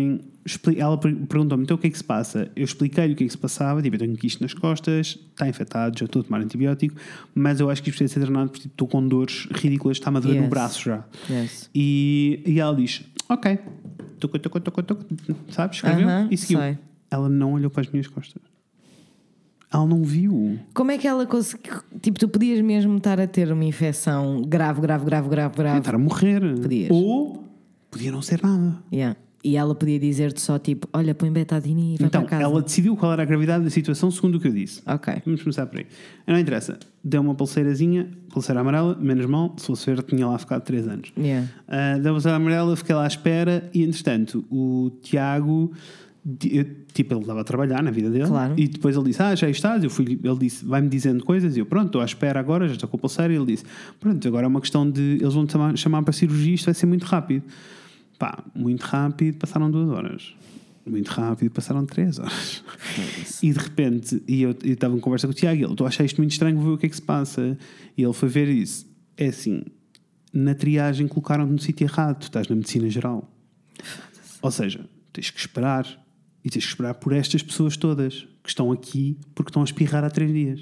expli- ela per- perguntou-me então o que é que se passa. Eu expliquei-lhe o que é que se passava, tipo, eu tenho isto nas costas, está infectado, já estou a tomar antibiótico, mas eu acho que isto precisa ser treinado porque tipo, estou com dores ridículas, está-me a doer
Yes.
no braço já.
Yes.
E, e ela diz, ok, tucu, tucu, tucu, tucu, sabes, escreveu
Aham,
e seguiu.
sei.
Ela não olhou para as minhas costas. Ela não viu.
Como é que ela conseguiu? Tipo, tu podias mesmo estar a ter uma infecção grave, grave, grave, grave, grave.
Tentar a morrer.
Podias.
Ou podia não ser nada.
Yeah. E ela podia dizer-te só tipo, olha, põe betadine e vai
Então,
para casa.
ela decidiu qual era a gravidade da situação segundo o que eu disse.
Ok.
Vamos começar por aí. Não interessa. Deu uma pulseirazinha, pulseira amarela, menos mal, se fosse ver, tinha lá ficado três anos.
Yeah.
Uh, deu a pulseira amarela, fiquei lá à espera e, entretanto, o Tiago, eu, tipo, ele estava a trabalhar na vida dele.
Claro.
E depois ele disse, ah, já estás? Eu fui, ele disse, vai-me dizendo coisas e eu, pronto, estou à espera agora, já estou com a pulseira. E ele disse, pronto, agora é uma questão de, eles vão-te chamar, chamar para cirurgia, isto vai ser muito rápido. Pá, muito rápido, passaram duas horas. Muito rápido, passaram três horas. E de repente, e eu estava em conversa com o Tiago e ele, estou a achar isto muito estranho, vou ver o que é que se passa. E ele foi ver isso. É assim, na triagem colocaram-te no sítio errado, tu estás na medicina geral. Ou seja, tens que esperar. E tens que esperar por estas pessoas todas que estão aqui porque estão a espirrar há três dias.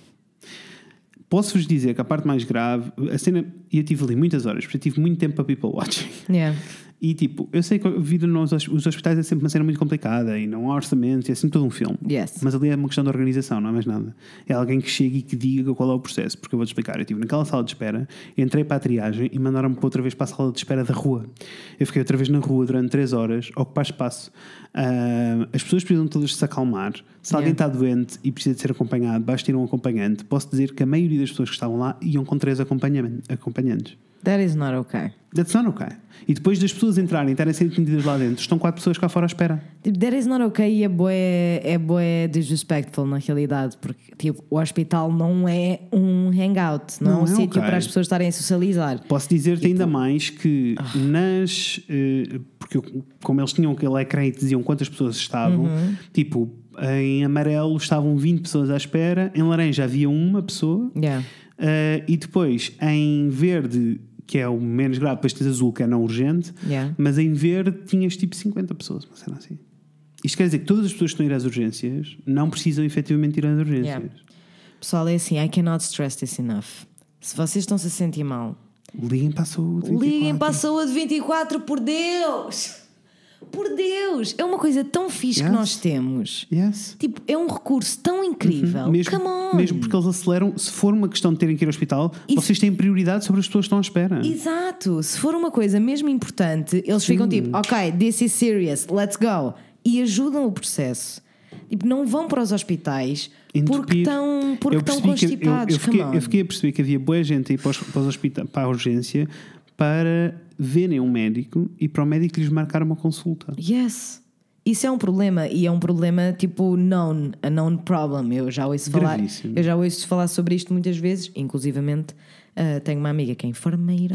Posso-vos dizer que a parte mais grave, a cena, e eu tive ali muitas horas, porque eu tive muito tempo para people watching.
Yeah.
E tipo, eu sei que a vida nos os hospitais é sempre uma cena muito complicada e não há orçamento, é sempre todo um filme.
Yes.
Mas ali é uma questão de organização, não é mais nada. É alguém que chegue e que diga qual é o processo. Porque eu vou-te explicar. Eu estive naquela sala de espera, entrei para a triagem e mandaram-me para outra vez para a sala de espera da rua. Eu fiquei outra vez na rua durante três horas, a ocupar espaço. Uh, as pessoas precisam todas se acalmar. Se alguém
Yeah.
está doente e precisa de ser acompanhado, basta ir um acompanhante. Posso dizer que a maioria das pessoas que estavam lá iam com três acompanhamen- acompanhantes.
That is not okay.
That's not okay. E depois das pessoas entrarem e estarem a ser atendidas lá dentro, estão quatro pessoas cá fora à espera.
Tipo, that is not okay e é bué, é bué disrespectful na realidade, porque tipo, o hospital não é um hangout, não,
Não
é um
é
sítio
ok.
para as pessoas estarem a socializar.
Posso dizer-te ainda mais que nas... eh, porque eu- como eles tinham aquele ecrã e te diziam quantas pessoas estavam, tipo, em amarelo estavam vinte pessoas à espera, em laranja havia uma pessoa,
Yeah.
eh, e depois em verde, que é o menos grave, depois tens azul, que é não urgente,
Yeah.
mas em verde tinhas tipo cinquenta pessoas, uma cena assim. Isto quer dizer que todas as pessoas que estão a ir às urgências não precisam efetivamente ir às urgências.
Yeah. Pessoal, é assim, I cannot stress this enough. Se vocês estão-se a sentir mal,
Liguem para a saúde.
liguem para a saúde vinte e quatro, por Deus! Por Deus! É uma coisa tão fixe
Yes.
que nós temos.
Yes.
Tipo, é um recurso tão incrível.
Mesmo,
Come on!
mesmo porque eles aceleram, se for uma questão de terem que ir ao hospital,
Isso-
vocês têm prioridade sobre as pessoas que estão à espera.
Exato! Se for uma coisa mesmo importante, eles ficam tipo, ok, this is serious, let's go. E ajudam o processo. Tipo, não vão para os hospitais porque
Entupir.
estão, porque
Eu
estão
percebi que- eu-
constipados.
Eu, fiquei,
come on.
eu fiquei a perceber que havia boa gente a ir para, os, para, os hospita- para a urgência para verem um médico e para o médico lhes marcar uma consulta.
Yes. Isso é um problema e é um problema tipo known, a known problem. Eu já ouço falar,
Gravíssimo.
eu já ouço falar sobre isto muitas vezes, inclusivamente uh, tenho uma amiga que é enfermeira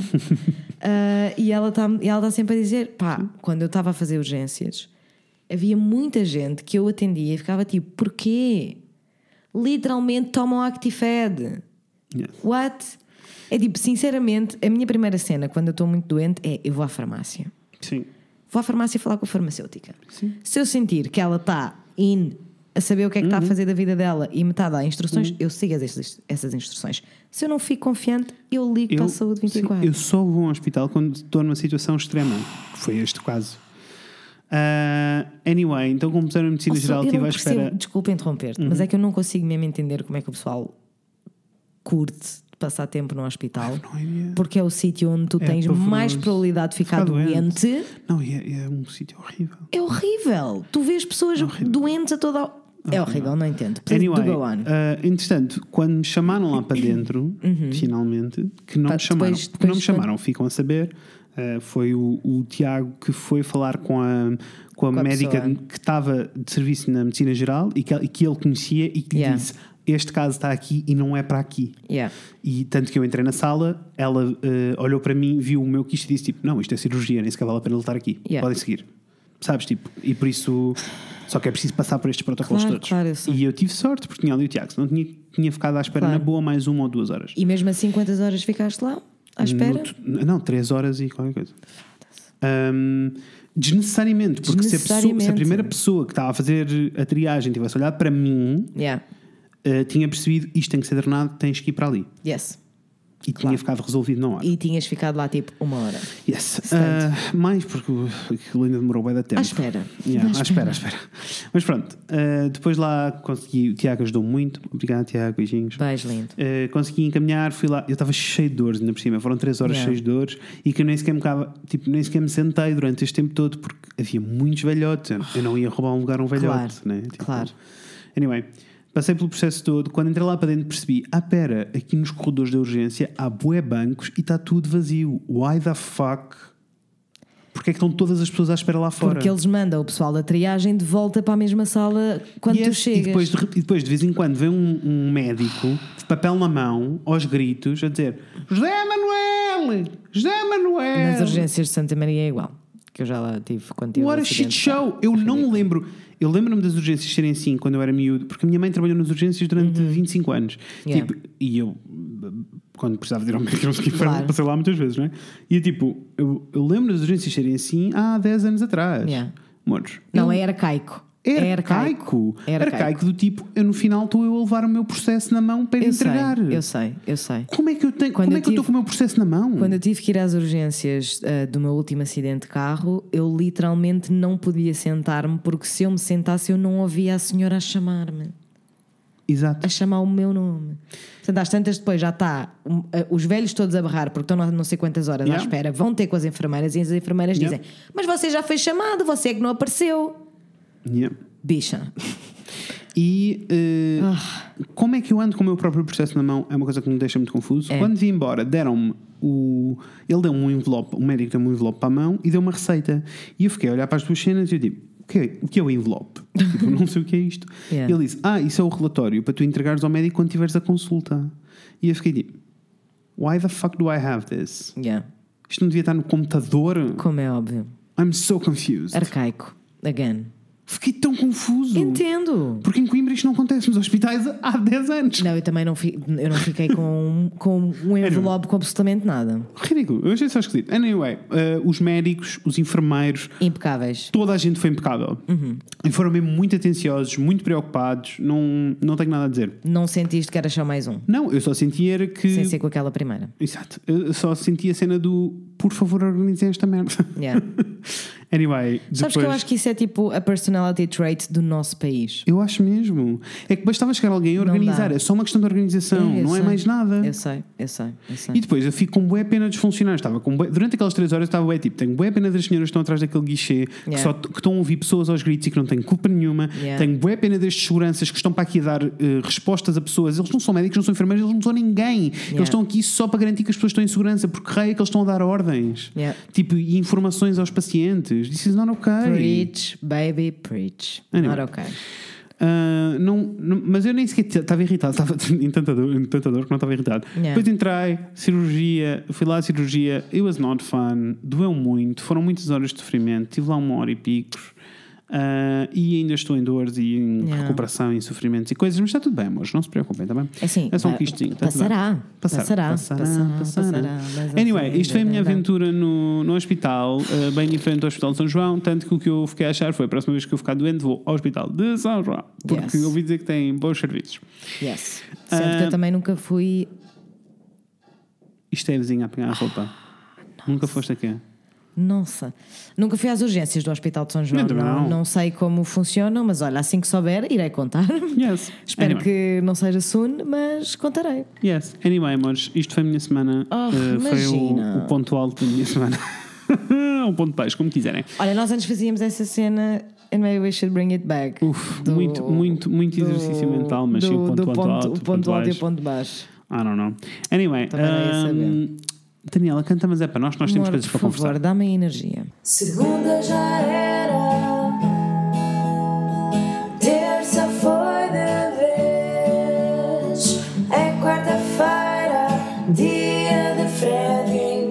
uh, e ela está ela tá sempre a dizer, pá, quando eu estava a fazer urgências, havia muita gente que eu atendia e ficava tipo, porquê? Literalmente tomam Actifed.
Yes.
What? É tipo, sinceramente, a minha primeira cena quando eu estou muito doente é eu vou à farmácia.
Sim.
Vou à farmácia falar com a farmacêutica.
Sim.
Se eu sentir que ela está in a saber o que é que está a fazer da vida dela e me está a dar instruções, eu sigo essas, essas instruções. Se eu não fico confiante, eu ligo para a saúde vinte e quatro.
sim, eu só vou ao hospital quando estou numa situação extrema. Foi este o caso. Ah, anyway, então como puseram em medicina
Also,
geral,
eu
estive
não
à
percebo,
espera.
desculpa interromper-te, mas é que eu não consigo mesmo entender como é que o pessoal curte de passar tempo no hospital,
Não iria.
porque é o sítio onde tu
É
tens
pavoroso.
mais probabilidade de ficar,
Ficar doente.
doente.
Não, e é, é um sítio horrível.
É horrível. Tu vês pessoas doentes a toda. É horrível, não entendo. Portanto,
Anyway,
do go on.
ah, entretanto, quando me chamaram lá para dentro, finalmente, que não
Pá,
me chamaram,
depois-
que não me
depois
chamaram, ficam a saber, ah, foi o, o Tiago que foi falar com a, com a
Com a
médica
pessoa.
que estava de serviço na medicina geral e que, e que ele conhecia e que lhe
Yeah.
disse: este caso está aqui e não é para aqui.
Yeah.
E tanto que eu entrei na sala, ela eh, olhou para mim, viu o meu quisto e disse tipo, não, isto é cirurgia, nem sequer vale a pena ele estar aqui.
Yeah.
Podem seguir. Sabes, tipo, e por isso só que é preciso passar por estes protocolos
Claro,
todos.
claro, eu sei.
E eu tive sorte, porque tinha ali o Tiago, senão tinha, tinha ficado à espera
Claro.
na boa mais uma ou duas horas.
E mesmo assim, quantas horas ficaste lá? À espera?
No- não, três horas e qualquer coisa. Um, desnecessariamente, porque se a, pessoa, se a primeira pessoa que estava a fazer a triagem tivesse olhado para mim,
yeah.
uh, tinha percebido isto tem que ser drenado, tens que ir para ali.
Yes.
E claro. Tinha ficado resolvido na hora.
E tinhas ficado lá tipo uma hora.
Yes. Uh, mais porque aquilo ainda demorou bem da tempo.
À espera.
Yeah, à espera, à espera. Mas pronto, uh, depois lá consegui. O Tiago ajudou muito. Obrigado, Tiago. Beijinhos.
Beijo lindo.
Uh, consegui encaminhar, fui lá. Eu estava cheio de dores ainda por cima. Foram três horas yeah. cheias de dores e que eu nem sequer me cava, tipo, nem sequer me sentei durante este tempo todo porque havia muitos velhotes. Eu não ia roubar um lugar a um velhote.
Claro.
Né? Tipo,
claro.
Anyway. Passei pelo processo todo. Quando entrei lá para dentro percebi, ah pera, aqui nos corredores da urgência há bué bancos e está tudo vazio. Why the fuck? Porque é que estão todas as pessoas à espera lá fora?
Porque eles mandam o pessoal da triagem de volta para a mesma sala quando yes, tu chegas.
E depois, de, e depois de vez em quando vem um, um médico de papel na mão, aos gritos, a dizer José Manuel! José Manuel!
Nas urgências de Santa Maria é igual. Que eu já lá tive quando tive
What a shit show! Eu não me lembro. Eu lembro-me das urgências serem assim quando eu era miúdo, porque a minha mãe trabalhou nas urgências durante uhum. vinte e cinco anos.
Yeah.
Tipo, e eu, quando precisava de ir ao médico, não sei o que, claro. Passei lá muitas vezes, não é? E tipo, eu, eu lembro das urgências serem assim há dez anos atrás.
Yeah.
Amores,
não,
eu,
é arcaico.
É
é
arcaico.
É arcaico.
Arcaico do tipo, eu no final estou eu a levar o meu processo na mão para ir
eu
entregar.
Sei, eu sei, eu sei.
Como é que eu tenho, como é que tive, eu estou com o meu processo na mão?
Quando eu tive que ir às urgências uh, do meu último acidente de carro, eu literalmente não podia sentar-me, porque se eu me sentasse eu não ouvia a senhora a chamar-me.
Exato.
A chamar o meu nome. Portanto, às tantas depois já está um, uh, os velhos todos a berrar porque estão não sei quantas horas yeah. à espera, vão ter com as enfermeiras e as enfermeiras yeah. dizem, mas você já foi chamado, você é que não apareceu.
Yeah.
Bicha.
E uh, oh. como é que eu ando com o meu próprio processo na mão é uma coisa que me deixa muito confuso. É. Quando vim embora, deram-me o... Ele deu-me um envelope, o médico deu-me um envelope para a mão e deu uma receita. E eu fiquei a olhar para as duas cenas e eu digo, o que é o, que é o envelope? Tipo, não sei o que é isto. Yeah. Ele disse, ah, isso é o relatório para tu entregares ao médico quando tiveres a consulta. E eu fiquei tipo, why the fuck do I have this?
Yeah.
Isto não devia estar no computador?
Como é óbvio.
I'm so confused.
Arcaico. Again.
Fiquei tão confuso.
Entendo.
Porque em Coimbra isto não acontece nos hospitais há dez anos.
Não, eu também não, fi, eu não fiquei com, com um envelope com absolutamente nada.
Ridículo. Eu achei só esquisito. Anyway, uh, os médicos, os enfermeiros...
Impecáveis.
Toda a gente foi impecável.
Uhum.
E foram mesmo muito atenciosos, muito preocupados. Não, não tenho nada a dizer.
Não sentiste que era só mais um?
Não, eu só sentia era que...
Sem ser com aquela primeira.
Exato. Eu só senti a cena do... Por favor, organizem esta merda.
Yeah.
Anyway, depois...
Sabes que eu acho que isso é tipo a personality trait do nosso país.
Eu acho mesmo. É que bastava chegar alguém a organizar. É só uma questão de organização,
é,
não
sei.
é mais nada.
Eu sei, eu sei, eu sei.
E depois eu fico com bué pena dos funcionários. Estava com bué... Durante aquelas três horas eu estava bué tipo, tenho bué pena das senhoras que estão atrás daquele guichê,
yeah.
que, só, que estão a ouvir pessoas aos gritos e que não têm culpa nenhuma.
Yeah.
Tenho bué pena destes seguranças que estão para aqui a dar uh, respostas a pessoas. Eles não são médicos, não são enfermeiros, eles não são ninguém. Yeah. Eles estão aqui só para garantir que as pessoas estão em segurança, porque raio é que eles estão a dar ordens.
Yeah.
Tipo, e informações aos pacientes. This is not okay.
Preach, baby, preach.
Anyway.
Not okay.
Uh, não, não, mas eu nem sequer estava irritado, estava em tanta dor, em tanta dor que não estava irritado.
Yeah.
Depois entrei, cirurgia, fui lá à cirurgia, it was not fun, doeu muito, foram muitas horas de sofrimento, tive lá uma hora e picos. Uh, e ainda estou em dores e em
yeah.
recuperação, em sofrimentos e coisas, mas está tudo bem, amores, não se preocupem, está bem?
É, assim,
é só um quistinho.
Passará.
Passará.
Passará.
Passará.
Passará.
Passará.
Passará.
Anyway,
assim,
isto foi a minha
não.
aventura no, no hospital, uh, bem diferente do Hospital de São João, tanto que o que eu fiquei a achar foi a próxima vez que eu ficar doente vou ao Hospital de São João, porque
yes.
ouvi dizer que tem bons serviços.
Yes. Sendo
uh,
que eu também nunca fui.
Isto é a vizinha a apanhar a roupa. Ah, nunca foste aqui?
Nossa, nunca fui às urgências do Hospital de São João.
Não,
não, não sei como funcionam, mas olha, assim que souber, irei contar.
Yes.
Espero
anyway.
que não seja soon, mas contarei.
Yes. Anyway, amores, isto foi a minha semana.
Oh,
uh, foi o, o ponto alto da minha semana. Um ponto baixo, como quiserem.
Olha, nós antes fazíamos essa cena and maybe we should bring it back.
Uf,
do,
muito, muito, muito
do,
exercício mental, mas
do,
sim o ponto,
do
ponto,
ponto
alto,
o
ponto,
ponto alto
baixo.
e o ponto baixo.
I don't know. Anyway,
Também não ia saber.
um, Daniela, canta, mas é para nós, nós temos
Amor,
coisas para
por
conversar.
favor, dá-me a energia.
Segunda já era, terça foi de vez, é quarta-feira, dia de Fred e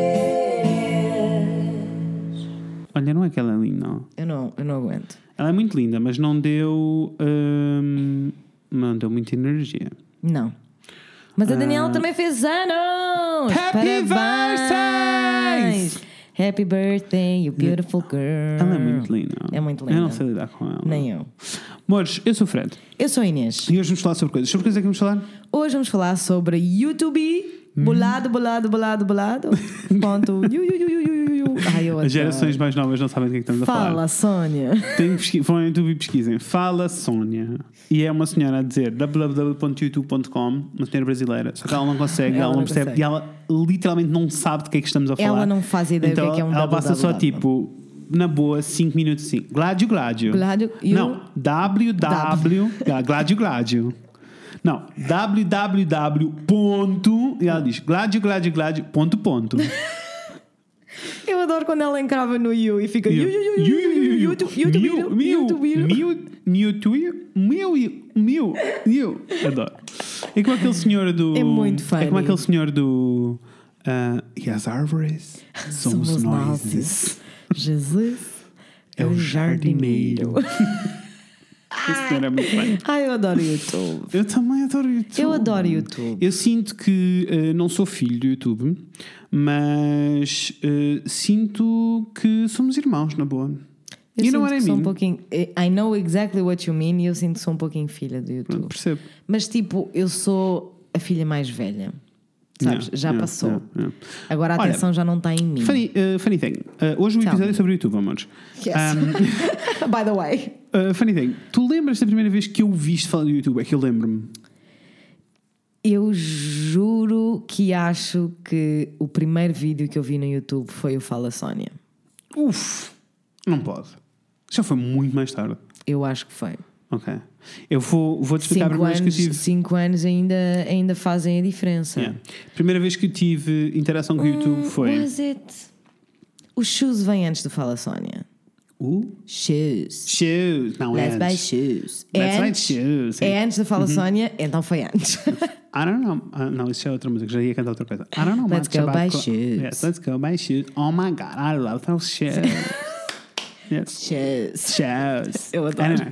Inês.
Olha, não é que ela é linda, não.
Eu não, eu não aguento.
Ela é muito linda, mas não deu, hum, não deu muita energia.
Não. Mas a Daniela
Ah.
também fez anos!
Happy
Parabéns!
birthdays!
Happy birthday, you beautiful girl.
Ela é muito linda.
É muito linda.
Eu não sei lidar com ela.
Nem eu.
Amores, eu sou o Fred.
Eu sou a Inês.
E hoje vamos falar sobre coisas. Sobre coisas é que vamos falar?
Hoje vamos falar sobre YouTube. Bolado, bolado, bolado, bolado. Ponto. Yu, yu, yu, yu, yu, yu. Ai, eu
As
adoro.
gerações mais novas não sabem do que é que estamos a falar.
Fala, Sónia.
Tem que pesqui- vão ao YouTube e pesquisem. Fala Sónia. E é uma senhora a dizer w w w ponto youtube ponto com, uma senhora brasileira. Só que ela não consegue,
Ela
ela, não
não
percebe.
consegue.
E ela literalmente não sabe de que é que estamos a falar.
Ela não faz ideia
então,
do que é que é um
ela passa só
www.
tipo, na boa, cinco minutos assim. Gládio, gládio.
Gládio, e o-
Não, www. Gládio, gládio. Não, www. Ponto, e ela diz gládio, gládio, gládio, ponto, ponto.
Eu adoro quando ela encrava no You e fica yu, yu, yu, yu, yu, yu, YouTube, YouTube,
Mil,
YouTube,
mil,
YouTube.
mil, mil, mil, mil. Adoro. É como aquele senhor do.
É muito funny.
É como aquele senhor do. Uh, e as árvores somos,
Somos
nós.
nós. Jesus
É o jardineiro. Esse senhor é muito bem.
Ai, eu adoro YouTube.
Eu também adoro YouTube.
Eu adoro YouTube.
Eu sinto que uh, não sou filho do YouTube, mas uh, sinto que somos irmãos, na boa.
Eu
You know
sinto
what I
que sou um
mean?
pouquinho. I know exactly what you mean e eu sinto que sou um pouquinho filha do YouTube.
Percebo.
Mas tipo, eu sou a filha mais velha. Sabes?
Yeah,
já
yeah,
passou.
yeah, yeah.
Agora a
Olha,
atenção já não está em mim.
Funny, uh, funny thing. Uh, hoje o
Tell
episódio
me.
é sobre o YouTube, amores.
Yes.
Um,
By the way.
uh, funny thing. Tu lembras da primeira vez que eu viste falar do YouTube? É que eu lembro-me.
Eu juro que acho que o primeiro vídeo que eu vi no YouTube foi o Fala Sónia.
Uf, não pode. Já foi muito mais tarde.
Eu acho que foi.
Ok. Eu vou, vou-te explicar a
Cinco
primeira vez que eu
anos,
tive.
cinco anos ainda, ainda fazem a diferença.
Yeah. Primeira vez que eu tive interação com o YouTube foi.
Was it? O Shoes vem antes do Fala Sónia.
Uh,
Shoes.
shoes. Não, é
Let's buy
antes.
shoes.
Let's
É
buy
antes,
shoes. sim.
é antes da Fala Sónia, então foi antes.
I don't know. Ah, não, isso é outra música. Já ia cantar outra coisa. I don't know.
Let's
much
go
about
buy
co-
shoes.
Yes, let's go buy shoes. Oh my God, I love those shoes. Yes.
Shoes.
Shows.
Eu adoro.
Anyway.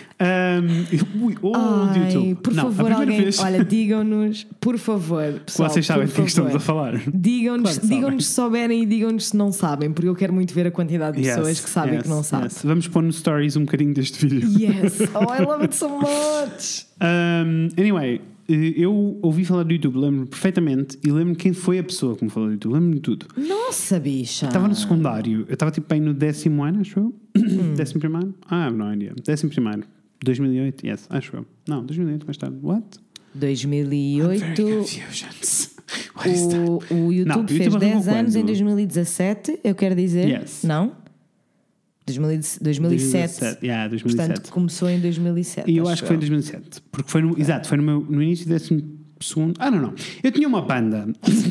Um, ui, oh,
Ai,
YouTube.
por
Não,
favor,
a primeira
alguém.
vez
Olha, digam-nos, por favor, pessoal.
vocês sabem
por
de que é que estamos a
favor.
falar.
Digam-nos
Claro que sabem.
digam-nos se souberem e digam-nos se não sabem, porque eu quero muito ver a quantidade de pessoas que sabem
yes,
que não sabem.
yes. Vamos pôr no stories um bocadinho deste vídeo.
Yes. Oh, I love it so much.
Um, anyway, eh, eu ouvi falar do YouTube, lembro-me perfeitamente e lembro-me quem foi a pessoa que me falou do YouTube, lembro-me de tudo.
Nossa, bicha.
Estava no secundário, eu estava tipo bem no décimo ano, acho eu.
Hum.
décimo primeiro? Ah, I have no idea. Décimo primeiro. dois mil e oito, yes, acho eu. Não, dois mil e oito mais tarde. What?
dois mil e
Very
oito.
confusions. What is that?
O, o YouTube
Não, o
fez
YouTube
dez
arrancou
anos em
quando?
dois mil e dezassete, eu quero dizer.
Yes.
Não? dois mil e dois mil e sete.
Yeah, dois mil e sete.
Portanto, começou em dois mil e sete.
E eu acho que foi em dois mil e sete. Porque foi no, exato, foi no, meu, no início do décimo segundo. Ah, não, não. Eu tinha uma banda.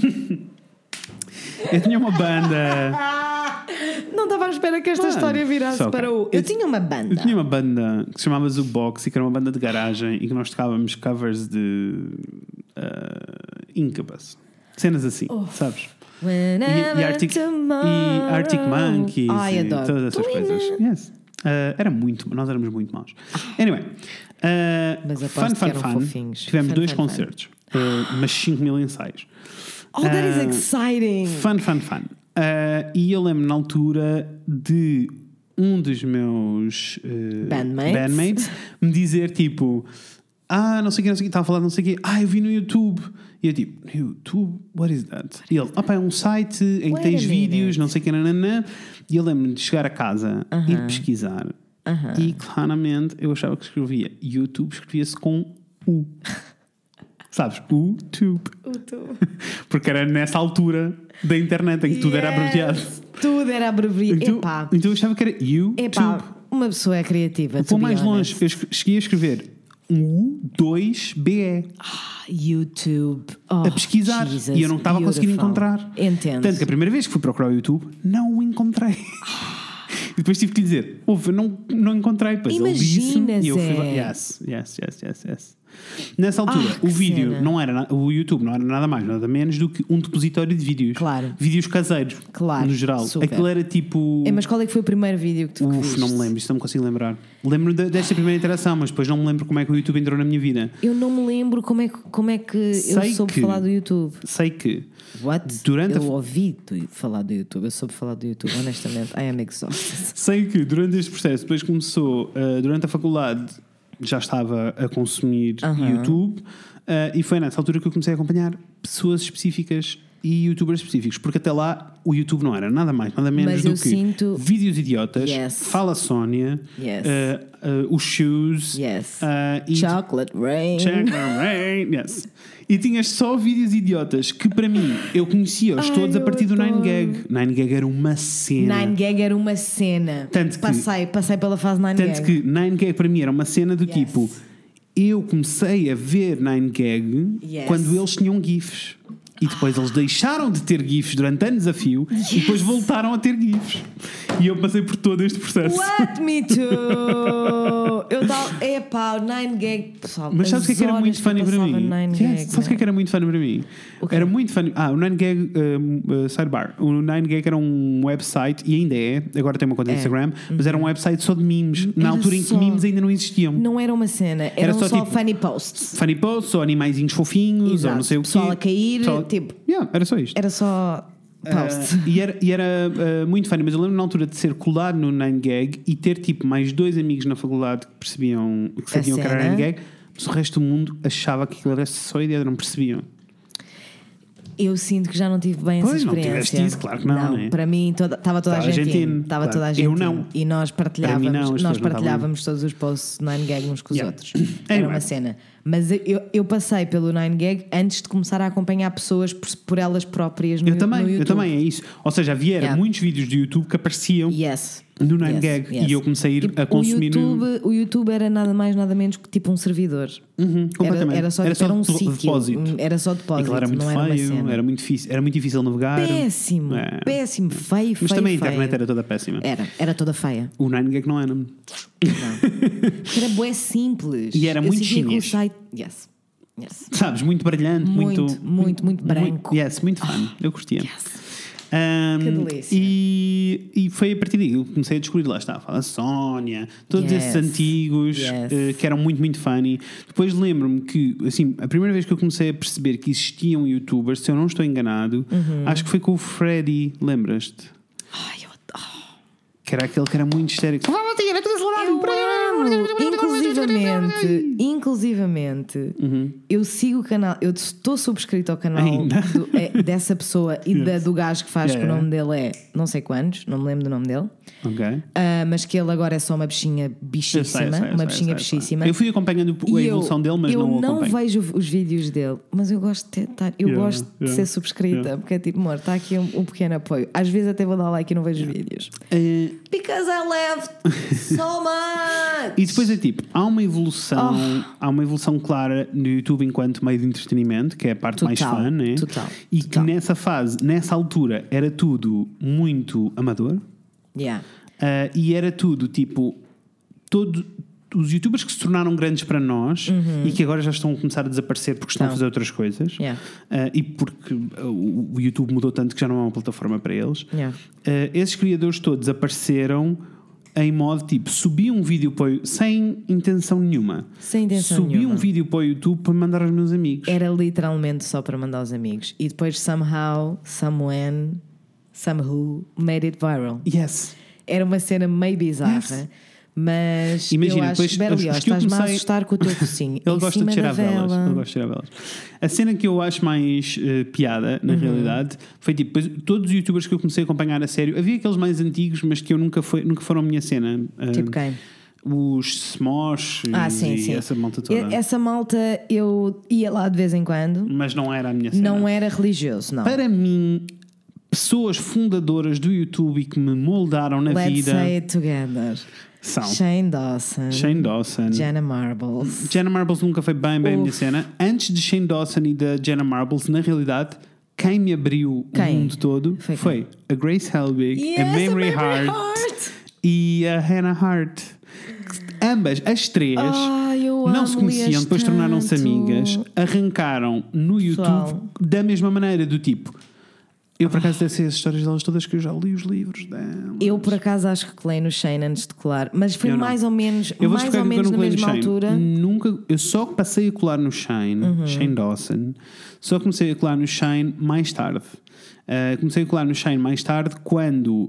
eu tinha uma banda.
Não estava à espera que esta
Mano,
história virasse
só,
para
ok.
o. Eu,
Eu-
tinha uma banda.
Eu tinha uma banda que se chamava Zubox e que era uma banda de garagem e que nós tocávamos covers de uh, Incubus. Cenas assim, sabes? E, e, Arctic, e Arctic Monkeys
Ai,
e
adoro.
todas essas coisas. Yes. Uh, era muito, nós éramos muito maus. Anyway, uh,
Mas aposto
fun,
que
fun,
eram
fun.
fofinhos.
Tivemos
Fun,
dois
fun, fun.
concertos, uh, mas cinco mil ensaios.
Oh, that is
Uh,
exciting.
Fun, fun, fun. Uh, e eu lembro na altura de um dos meus uh,
Bandmates.
bandmates me dizer tipo: Ah, não sei o que, não sei o que, estava a falar, não sei o que, ah, eu vi no YouTube. E eu tipo: YouTube? What is that? E ele: Opa, é um site em que
Wait
tens
a
vídeos,
minute.
não sei o que, nananã. E eu lembro-me de chegar a casa e de pesquisar. E claramente eu achava que escrevia YouTube, escrevia-se com U. Sabes? YouTube. Porque era nessa altura da internet em que tudo era abreviado.
Tudo era abreviado.
Então,
Epá.
então eu achava que era YouTube.
Epá, uma pessoa é criativa.
Vou
to be
mais longe.
honest.
Eu escre- cheguei a escrever um U, dois, B, E.
YouTube. Oh,
A pesquisar.
Jesus,
e eu não estava a conseguir
beautiful.
encontrar.
Entendo.
Tanto que a primeira vez que fui procurar o YouTube, não o encontrei. E depois tive que lhe dizer: Ouve, eu não, não encontrei. Depois ele disse
Imagina,
e eu fui lá.
Zé.
Yes, yes, yes, yes, yes. Nessa altura,
Ah, que
o vídeo
cena.
não era, na- o YouTube não era nada mais, nada menos do que um depositório de vídeos.
Claro.
Vídeos caseiros,
Claro,
no geral.
super.
Aquilo era tipo...
É, mas qual é que foi o primeiro vídeo que tu
Uf,
viste?
não me lembro, isso não me consigo lembrar. Lembro de- desta primeira interação, mas depois não me lembro como é que o YouTube entrou na minha vida.
Eu não me lembro como é que, como é que eu
Sei
soube
que-
falar do YouTube.
Sei que
What?
Durante a-
eu ouvi tu falar do YouTube, eu soube falar do YouTube, honestamente. I am exhausted.
Sei que durante este processo, depois começou, uh, durante a faculdade, já estava a consumir
Aham.
YouTube, uh, e foi nessa altura que eu comecei a acompanhar pessoas específicas e youtubers específicos, porque até lá o YouTube não era nada mais, nada menos
Mas
do
eu
que
sinto-
vídeos idiotas,
Yes.
Fala Sónia,
Yes.
uh, uh, os shoes,
Yes.
uh, e
Chocolate Rain.
Check, rain, yes. E tinhas só vídeos idiotas que para mim eu conhecia-os
Ai,
todos a
eu
partir do
adoro.
nine gag. nine gag era uma cena.
Nine Gag era uma cena.
Tanto que-
passei, passei pela fase Nine
Tanto
Gag.
que nine gag para mim era uma cena do
Yes.
tipo. Eu comecei a ver nine gag
Yes.
quando eles tinham GIFs. E depois eles deixaram de ter GIFs durante anos a fio e depois voltaram a ter GIFs. E eu passei por todo este processo.
What me too? Eu tava. Epá, o Nine Gag. Pessoal,
Mas sabes o que é que era
as
muito
horas
funny
eu
para
passava
mim?
Nine
Yes.
Gag,
Sabes o que é que
man.
era muito funny para mim?
O quê?
Era muito funny. Ah, o nine gag, um, uh, sidebar. O nine gag era um website, e ainda é, agora tem uma conta no
É.
Instagram, mas era um website só de memes, na
Era
altura em que
só-
memes ainda não existiam.
Não era uma cena, eram
Era
só,
só tipo-
funny posts.
Funny posts, ou animaizinhos fofinhos,
Exato.
ou não sei o quê.
Pessoal a cair,
Pessoal-
tipo-
Yeah, era só isto.
Era só posts.
Ah, e era, e era ah, muito funny, mas eu lembro na altura de ser colado no nine gag e ter tipo mais dois amigos na faculdade que percebiam, que sabiam que era
cena.
nine gag, mas o resto do mundo achava que aquilo era só ideia, não percebiam.
Eu sinto que já não tive bem
Pois,
essa
não
experiência.
tiveste isso, claro que não, né?
Para mim toda- estava toda,
Toda a
a gente
gente
in,
in,
estava
claro.
toda a gente
Eu
in.
não.
E nós partilhávamos,
Para mim não, as
nós
pessoas não estavam
partilhávamos todos os posts Nine Gag uns com os
Yeah.
outros. Era
Anyway.
uma cena. Mas eu, eu passei pelo Nine Gag antes de começar a acompanhar pessoas por, por elas próprias no,
Eu também,
no YouTube.
eu também, é isso. Ou seja, havia
Yeah.
muitos vídeos do YouTube que apareciam
Yes.
no nine
Yes,
gag
yes.
e eu comecei a ir
Tipo,
a consumir
o
no.
YouTube, o YouTube era nada mais, nada menos que tipo um servidor.
Uhum, completamente.
Era, era só, tipo, era um
de-
sítio.
depósito.
Era só
E
depósito,
aquilo era muito
não era uma
feio,
cena.
era muito difícil, era muito difícil navegar.
Péssimo,
É.
péssimo, feio,
Mas
feio,
também a
feio.
internet era toda péssima.
Era, era toda feia.
O nine gag não era.
Porque era bué simples.
E era
Eu
muito
sentia que o
chinês.
site... Yes. Yes.
Sabes, muito brilhante, muito.
Muito, muito, muito branco.
Yes, muito fun. Eu curtia.
Yes.
Um,
Que delícia.
E, e foi a partir daí que eu comecei a descobrir, lá está, a Sónia, todos
Yes.
esses antigos
Yes.
eh, que eram muito, muito funny. Depois lembro-me que, assim, a primeira vez que eu comecei a perceber que existiam youtubers, se eu não estou enganado,
Uhum.
acho que foi com o Freddy, lembras-te?
Ai, eu adoro.
Que era aquele que era muito histérico.
Eu amo. Inclusivamente, inclusivamente, eu sigo o canal, eu estou subscrito ao canal
Ainda?
do- é, dessa pessoa e da,
Yes.
do gajo que faz,
Yeah,
que o nome
yeah.
dele é não sei quantos, não me lembro do nome dele.
Ok.
Ah, mas que ele agora é só uma bichinha
Eu sei,
bichíssima,
eu sei, eu
uma
sei,
bichinha
eu sei, eu sei.
bichíssima.
Eu fui acompanhando a
E
evolução
eu,
dele, mas
eu
não o
não
acompanho.
vejo os vídeos dele, mas eu gosto de estar, eu
Yeah,
gosto de
yeah,
ser subscrita,
yeah.
porque é tipo, amor, está aqui um, um pequeno apoio. Às vezes até vou dar like e não vejo os vídeos.
Eh,
Because I left so much.
E depois é tipo, há uma evolução,
Oh.
há uma evolução clara no YouTube enquanto meio de entretenimento, que é a parte mais
Total,
fã, né?
total,
E
total.
que nessa fase, nessa altura, era tudo muito amador,
Yeah.
ah, e era tudo tipo, todo, os youtubers que se tornaram grandes para nós e que agora já estão a começar a desaparecer porque estão a
Uhum. Não.
fazer outras coisas,
Yeah.
ah, e porque ah, o, o YouTube mudou tanto que já não é uma plataforma para eles.
Yeah.
Uh, esses criadores todos apareceram em modo tipo, subi um vídeo para o, sem intenção nenhuma.
Sem intenção
subi
nenhuma.
um vídeo para o YouTube para mandar aos meus amigos.
Era literalmente só para mandar aos amigos. E depois, somehow, someone, somehow, made it viral.
Yes.
Era uma cena meio bizarra.
Yes.
Mas
Imagina,
eu acho,
depois,
Berlioz,
os que eu
estás-me a
comecei-
assustar com o teu focinho.
Ele
em
gosta
cima
de cheirar
da
velas.
vela.
Ele gosta de cheirar velas. A cena que eu acho mais uh, piada,
Uhum.
na realidade, foi tipo, depois, todos os youtubers que eu comecei a acompanhar a sério, havia aqueles mais antigos, mas que eu nunca, foi, nunca foram a minha cena. Uh,
Tipo quem?
Os Smosh
Ah, sim,
e
sim.
essa malta toda.
E- Essa malta eu ia lá de vez em quando.
Mas não era a minha cena.
Não era religioso, não.
Para mim, pessoas fundadoras do YouTube e que me moldaram na
Let's
vida
say it together.
são
Shane Dawson.
Shane Dawson.
Jenna Marbles.
Jenna Marbles nunca foi bem, bem a minha
Uf.
cena. Antes de Shane Dawson e da Jenna Marbles, na realidade, quem me abriu
Quem?
o mundo todo
Foi
foi,
quem?
a Grace Helbig,
Yes,
a Memory,
a Memory
Heart,
Heart.
e a Hannah Hart. Ambas, as três,
Ai, eu eu
não se
amo-lhe
conheciam, depois tornaram-se
tanto.
amigas, arrancaram no YouTube
Pessoal.
da mesma maneira, do tipo. Eu, por acaso, deve ser as histórias delas todas que eu já li os livros delas.
Eu, por acaso, acho que colei no Shane antes de colar, mas foi
Eu não.
mais ou menos,
Eu vou
mais
explicar
ou
que eu
menos
não
na
colei no
mesma
Shane.
altura.
Nunca, eu só passei a colar no Shane,
Uhum.
Shane Dawson, só comecei a colar no Shane mais tarde. Uh, comecei a colar no Shane mais tarde quando.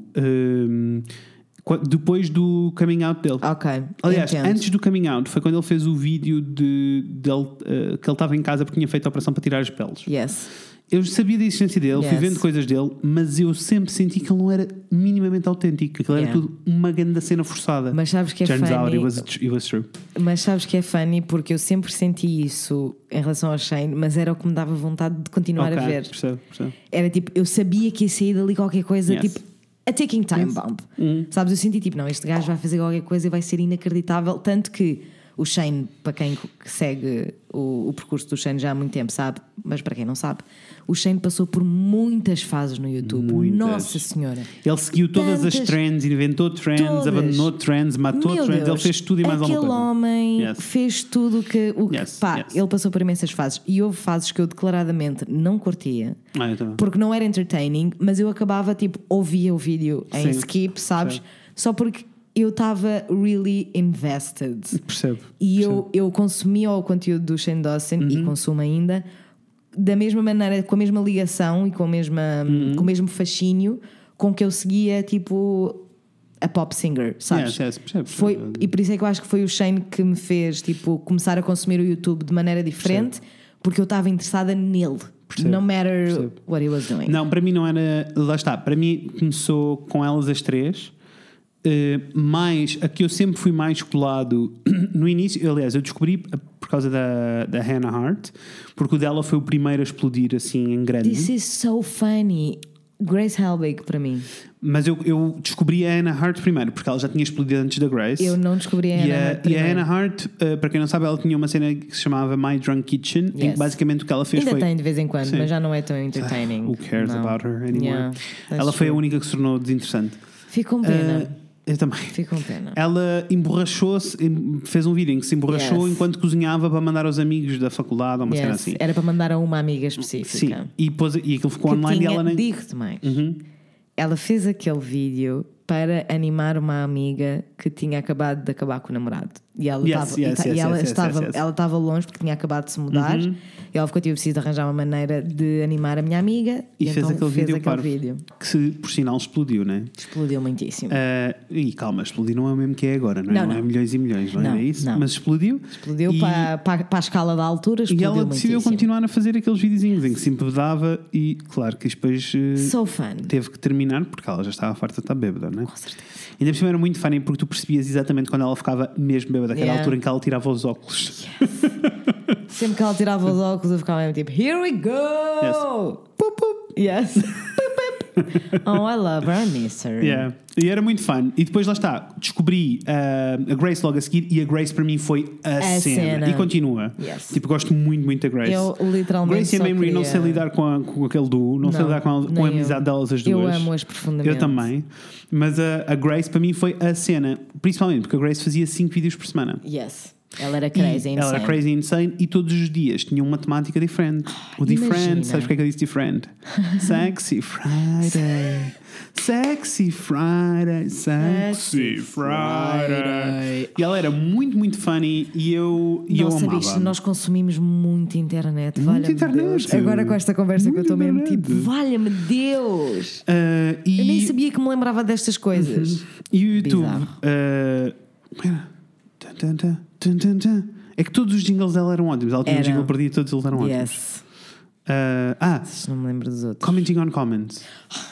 um, qua- depois do coming out dele.
Ok.
Aliás,
entendo.
antes do coming out foi quando ele fez o vídeo de, dele, uh, que ele estava em casa porque tinha feito a operação para tirar os pelos.
Yes.
Eu sabia da existência dele, fui
Yes.
vendo coisas dele, mas eu sempre senti que ele não era minimamente autêntico. Aquilo era
Yeah.
tudo uma grande cena forçada.
Mas sabes que é
Turns out
funny.
it was, it was true.
Mas sabes que é funny porque eu sempre senti isso em relação ao Shane, mas era o que me dava vontade de continuar
Ok,
a ver.
percebo, percebo.
Era tipo, eu sabia que ia sair dali qualquer coisa,
Yes.
tipo, a ticking time bomb. Sabes, eu senti tipo, não, este gajo vai fazer qualquer coisa e vai ser inacreditável. Tanto que o Shane, para quem segue o, o percurso do Shane já há muito tempo, sabe, mas para quem não sabe, o Shane passou por muitas fases no YouTube.
Muitas.
Nossa Senhora.
Ele seguiu todas as
Tantas-
trends, inventou trends,
Todas.
abandonou trends, matou
Meu
trends,
Deus,
ele fez tudo e mais
aquele
alguma coisa.
homem
Yes.
fez tudo o que, o que
Yes,
pá,
yes.
ele passou por imensas fases e houve fases que eu declaradamente não curtia
Ah, eu também.
porque não era entertaining, mas eu acabava tipo, ouvia o vídeo em
Sim.
skip, sabes?
Sim.
Só porque eu estava really invested
Percebo.
e
percebo.
eu, eu consumia o conteúdo do Shane Dawson
Uhum.
e consumo ainda da mesma maneira, com a mesma ligação e com, a mesma,
Uhum.
com o mesmo fascínio com que eu seguia tipo a pop singer, sabes?
Yes, yes, percebo,
Foi,
percebo.
e por isso é que eu acho que foi o Shane que me fez tipo, começar a consumir o YouTube de maneira diferente, porque eu estava interessada nele,
Percebo,
no matter
percebo.
what he was doing.
Não, para mim não era. Lá está, para mim começou com elas as três. Uh, mais a que eu sempre fui mais colado no início. Aliás, eu descobri por causa da, da Hannah Hart, porque o dela foi o primeiro a explodir assim em grande.
This is so funny. Grace Helbig para mim.
Mas eu, eu descobri a Hannah Hart primeiro, porque ela já tinha explodido antes da Grace.
Eu não descobri a
E
Hannah
a,
Hart
e a
primeiro.
Hannah Hart, uh, para quem não sabe, ela tinha uma cena que se chamava My Drunk Kitchen, em
Yes.
que basicamente o que ela fez
Ainda
foi.
tem de vez em quando,
Sim.
mas já não é tão entertaining.
Who cares
Não.
about her anymore?
Yeah, that's
Ela foi a
true.
única que se tornou desinteressante.
Fico com pena.
Uh, eu também.
Fico com pena.
Ela emborrachou-se, em- fez um vídeo em que se emborrachou
Yes.
enquanto cozinhava para mandar aos amigos da faculdade ou uma cena
Yes,
assim.
Era para mandar a uma amiga
Sim,
específica.
e, pôs, e aquilo ficou
Que
online
tinha,
e ela nem.
digo-te mais.
Uhum.
Ela fez aquele vídeo para animar uma amiga que tinha acabado de acabar com o namorado. E ela
Yes,
estava,
yes,
e, ta-
yes,
e ela
yes, yes,
estava,
yes, yes.
ela estava longe porque tinha acabado de se mudar.
Uhum.
E ela ficou tipo, preciso de arranjar uma maneira de animar a minha amiga.
E, fez
então
aquele
fez
vídeo,
aquele
parvo,
vídeo.
que se, por sinal explodiu, né?
Explodiu muitíssimo.
Uh, e calma, explodir não é o mesmo que é agora, não é?
Não,
Não,
não.
é milhões e milhões, não,
Não,
é isso?
não.
Mas explodiu.
Explodiu
e,
para, para, para a escala da altura,
E
explodiu
ela decidiu
muitíssimo.
continuar a fazer aqueles videozinhos em que se empedava e, claro, que depois uh,
So fun.
teve que terminar porque ela já estava farta de estar bêbada, não é?
Com certeza.
Ainda por cima era muito funny porque tu percebias exatamente quando ela ficava mesmo bêbada, que era a
Yeah.
altura em que ela tirava os óculos.
Sempre que ela tirava os óculos, eu ficava mesmo tipo, here we go!
Pup, pup.
Yes. Oh, I love her, I miss her.
Yeah. E era muito fun. E depois lá está, descobri uh, a Grace logo a seguir e a Grace para mim foi a,
A
cena.
cena.
E continua.
Yes.
Tipo, gosto muito, muito da Grace.
Eu literalmente
Grace e a
só
Mamrie não
queria-
sei lidar com, a, com aquele duo, não, sei
Não,
lidar com a, com
nem
a
eu.
amizade delas as duas.
Eu amo-as profundamente.
Eu também. Mas a, a Grace para mim foi a cena. Principalmente porque a Grace fazia cinco vídeos por semana.
Yes. Ela era crazy,
E
insane.
ela era crazy e insane e todos os dias tinha uma temática diferente. O
imagina.
different, sabes porque é que eu disse different? Sexy Friday. Sexy Friday. Sexy Friday. E ela era muito, muito funny e eu, e eu
Nossa,
amava.
bicho, nós consumimos muito internet.
Muito
Valha-me
internet.
Deus. Agora com esta conversa que eu
Muito
estou mesmo
internet.
tipo, valha-me Deus.
Uh, e,
Eu nem sabia que me lembrava destas coisas.
E o YouTube.
Bizarro.
uh, espera. Tan, tan, tan, tan, tan, tan. É que todos os jingles dela eram ótimos. Ela tinha um
Eram.
jingle perdido e todos eles eram ótimos.
Yes.
Uh, ah,
Não me lembro dos outros.
commenting on comments.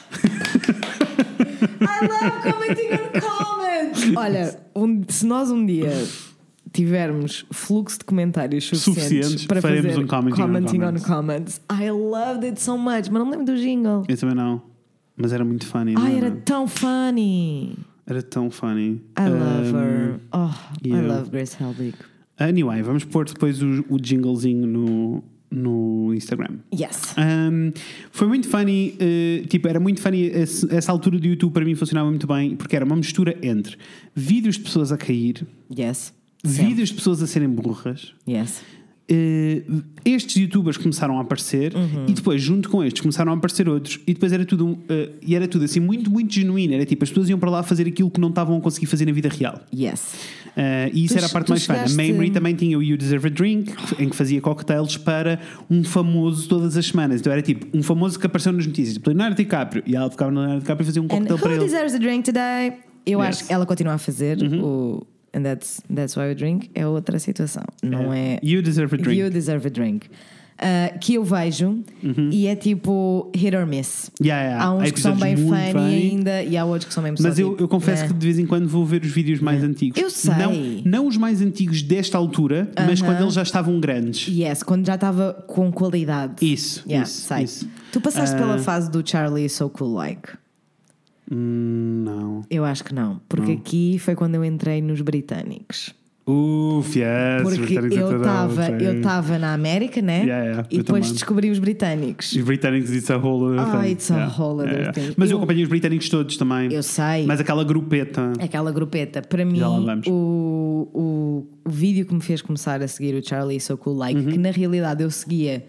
I love commenting on comments. Olha, um- se nós um dia tivermos fluxo de comentários suficientes,
Suficientes,
para
faremos
fazer
um commenting on
commenting on
comments.
comments. I loved it so much, mas não me lembro do jingle.
Eu também não. Mas era muito funny. não
Ai,
era?
era tão funny.
Era tão funny.
I love
Um,
her. Oh,
yeah.
I love Grace Helbig.
Anyway, vamos pôr depois o, o jinglezinho no, no Instagram.
Yes.
Um, foi muito funny, uh, tipo, era muito funny. Esse, essa altura do YouTube para mim funcionava muito bem porque era uma mistura entre vídeos de pessoas a cair
Yes.
vídeos de pessoas a serem burras.
Yes.
Uh, estes youtubers começaram a aparecer
Uhum.
e depois junto com estes começaram a aparecer outros e depois era tudo, uh, e era tudo assim muito, muito genuíno. Era tipo, as pessoas iam para lá fazer aquilo que não estavam a conseguir fazer na vida real.
Yes.
Uh, e isso
Tu-
era a parte
tu
mais fã. A
chegaste-
Mamrie também tinha o You Deserve a Drink, em que fazia cocktails para um famoso todas as semanas. Então era tipo um famoso que apareceu nas notícias, tipo Leonardo DiCaprio, e ela ficava no Leonardo DiCaprio e fazia um
And
cocktail para
who
ele.
deserves a drink today? Eu
Yes.
acho que ela continua a fazer o And that's, that's why we drink. É outra situação. Não é,
You Deserve a Drink.
You deserve a drink. Uh, que eu vejo e é tipo hit or miss.
Yeah, yeah.
Há uns
Há
que são bem
episódios muito
funny
funny.
ainda e há outros que são mesmo
Mas
só
eu,
tipo,
eu confesso
né?
que de vez em quando vou ver os vídeos mais antigos.
Eu sei.
Não, não os mais antigos desta altura, mas quando eles já estavam grandes.
Yes, quando já estava com qualidade.
Isso,
Yeah,
isso,
sei.
isso.
Tu passaste
Ah.
pela fase do Charlie So Cool Like?
Hum, não.
Eu acho que não, porque aqui foi quando eu entrei nos britânicos.
Uf, yes.
Porque
britânicos é
eu
toda
estava
outra.
eu estava na América, né?
Yeah, yeah,
e
eu
depois
também.
descobri os britânicos.
Os britânicos, it's a whole other
Ah,
thing.
it's a whole other thing.
Mas eu,
Eu-
acompanhei os britânicos todos também.
Eu sei.
Mas aquela grupeta.
Aquela grupeta, para mim,
Já lá vamos.
o, o, o vídeo que me fez começar a seguir o Charlie So Cool Like,
Uhum.
que na realidade eu seguia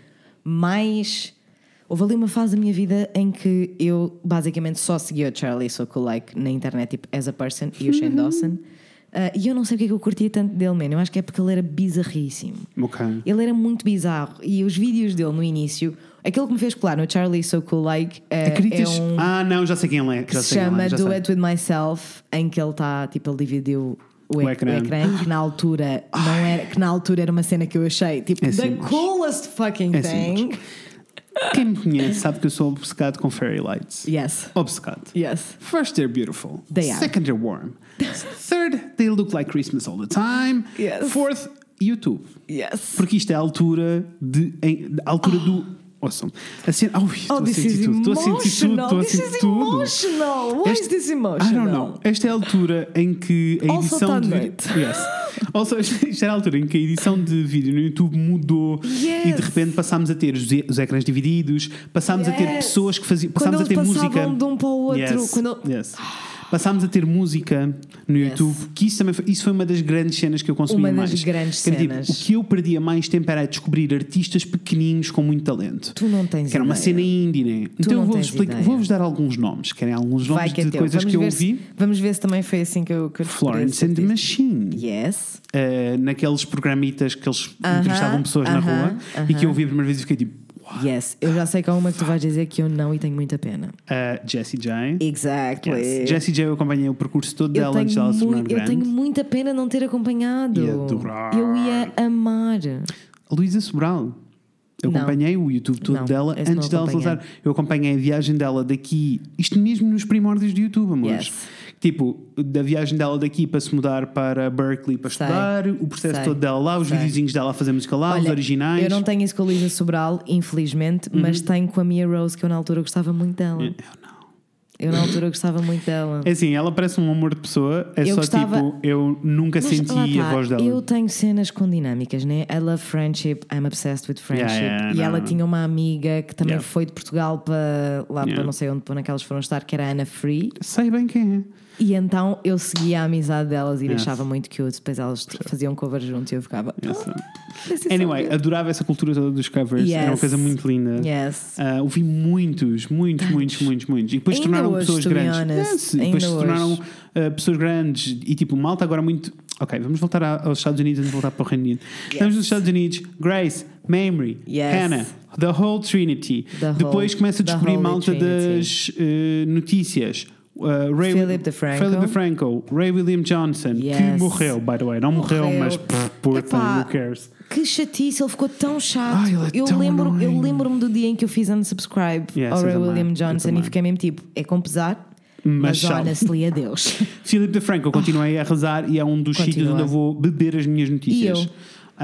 mais. Houve ali uma fase da minha vida em que eu basicamente só seguia o Charlie So Cool Like na internet, tipo as a person, e o Shane
Uhum.
Dawson. Uh, e eu não sei porque é que eu curtia tanto dele, man. Eu acho que é porque ele era bizarríssimo.
Ok.
Ele era muito bizarro. E os vídeos dele no início, aquilo que me fez colar no Charlie So Cool Like uh, é
Acreditas?
um.
Ah, não, já sei quem ele é.
que
já
se
sei quem ele
chama
é, já
Do
sei.
It With Myself, em que ele está, tipo, ele dividiu o,
O
ec-
ecrã.
o ecrã, que na altura não era, que na altura era uma cena que eu achei, tipo,
É
the
simples.
coolest fucking
É
thing.
simples. Quem me conhece sabe que eu sou obcecado com fairy lights.
Yes.
Obcecado.
Yes.
First, they're beautiful.
They are.
Second, they're warm. Third, they look like Christmas all the time.
Yes.
Fourth, YouTube.
Yes.
Porque isto é a altura de, em, a altura do. Awesome. A cena, oh, estou
Oh,
a
this
sentir
is
tudo. Estou a sentir tudo.
emotional.
Estou a
This
sentir
is
tudo.
emotional. Why is this emotional?
I don't know. Esta é a altura em que a
Also
edição de vídeo.
Thunder.
Yes. Also, esta era a altura em que a edição de vídeo no YouTube mudou
Yes.
e de repente passámos a ter os, e- os ecrãs divididos, passámos a ter
Yes.
pessoas que faziam.
Quando
Passámos a ter
eles
música.
passavam de um para o outro,
Yes.
quando-
Yes. Passámos a ter música no
Yes.
YouTube, que isso também foi, isso foi uma das grandes cenas que eu consumia
Uma das
mais.
grandes
Que era, tipo,
cenas.
o que eu perdia mais tempo era descobrir artistas pequeninos com muito talento.
Tu não tens
Que era uma
ideia.
cena indie, né? Então
não
eu vou-vos
tens
explicar-
ideia.
vou-vos dar alguns nomes. Querem alguns
Vai
nomes
que é
de
teu.
coisas
Vamos
que eu
ver
ouvi?
se, vamos ver se também foi assim que eu, que eu descobri
Florence
esse
and the
artista.
Machine.
Yes.
Uh, naqueles programitas que eles
Aham,
entrevistavam pessoas na
aham,
rua e que eu ouvi a primeira vez e fiquei tipo,
Yes. Eu já sei que há uma que tu vais dizer que eu não e tenho muita pena.
uh, Jessie J.
Exactly.
Yes. Jessie J, eu acompanhei o percurso todo
Eu
dela antes
tenho,
dela se tornar
mui- eu
grande.
tenho muita pena não ter acompanhado.
Ia adorar.
Eu ia amar.
A Luísa Sobral. Eu
Não.
acompanhei o YouTube todo
Não,
dela
esse não
antes dela
acompanhei.
lançar. Eu acompanhei a viagem dela daqui, isto mesmo nos primórdios do YouTube, amores.
Yes.
Tipo, da viagem dela daqui para se mudar para Berkeley para
Sei.
estudar, o processo
Sei.
todo dela lá, os
Sei.
videozinhos dela a fazer música lá, os
Olha,
originais.
Eu não tenho isso com a Luísa Sobral, infelizmente, mas tenho com a Mia Rose, que eu na altura gostava muito dela.
Eu não.
Eu na altura gostava muito dela.
É assim, ela parece um amor de pessoa, é
Eu
só
gostava-
tipo, eu nunca
Mas
senti
lá
a
tá,
voz dela.
eu tenho cenas com dinâmicas, né? I love friendship, I'm obsessed with friendship.
Yeah, yeah,
e
não,
ela
não.
tinha uma amiga que também
Yeah.
foi de Portugal para lá
Yeah.
para não sei onde, para onde é que elas foram estar, que era a Ana Free.
Sei bem quem é.
E então eu seguia a amizade delas e
Yes.
achava muito cute. Depois elas faziam cover juntos e eu ficava.
Yes.
"Oh, this is
Anyway,
so cute."
adorava essa cultura toda dos covers, era uma
Yes.
coisa muito linda.
Yes.
Uh, ouvi muitos, muitos, muitos, muitos, muitos. E depois se
Ainda
tornaram
hoje,
pessoas
to be
grandes.
honest.
Yes, e depois
Ainda
se tornaram
hoje.
uh, pessoas grandes. E tipo, malta agora muito. Ok, vamos voltar a- aos Estados Unidos antes de voltar para o Reino Unido. Estamos nos Estados Unidos, Grace, Mamrie,
Yes.
Hannah, The Whole Trinity.
The
Depois
whole-
começa a
the
descobrir
Holy
malta
Trinity.
das uh, notícias. Uh, Ray,
Philip DeFranco.
Philip DeFranco, Ray William Johnson, que
Yes.
morreu, by the way. Não morreu,
Morreu.
mas pff, poor thing,
Epá,
who cares?
Que chatice, ele ficou tão chato.
Ai, ele é
eu
tão
lembro, eu
annoying.
lembro-me do dia em que eu fiz unsubscribe
Yes,
ao
eu
Ray
também,
William
eu
Johnson
também.
e fiquei mesmo tipo, é com pesar,
Mas
mas,
sabe.
honestly, adeus.
Philip DeFranco, eu continuei a arrasar e é um dos
Continua.
sítios onde eu vou beber as minhas notícias.
E eu?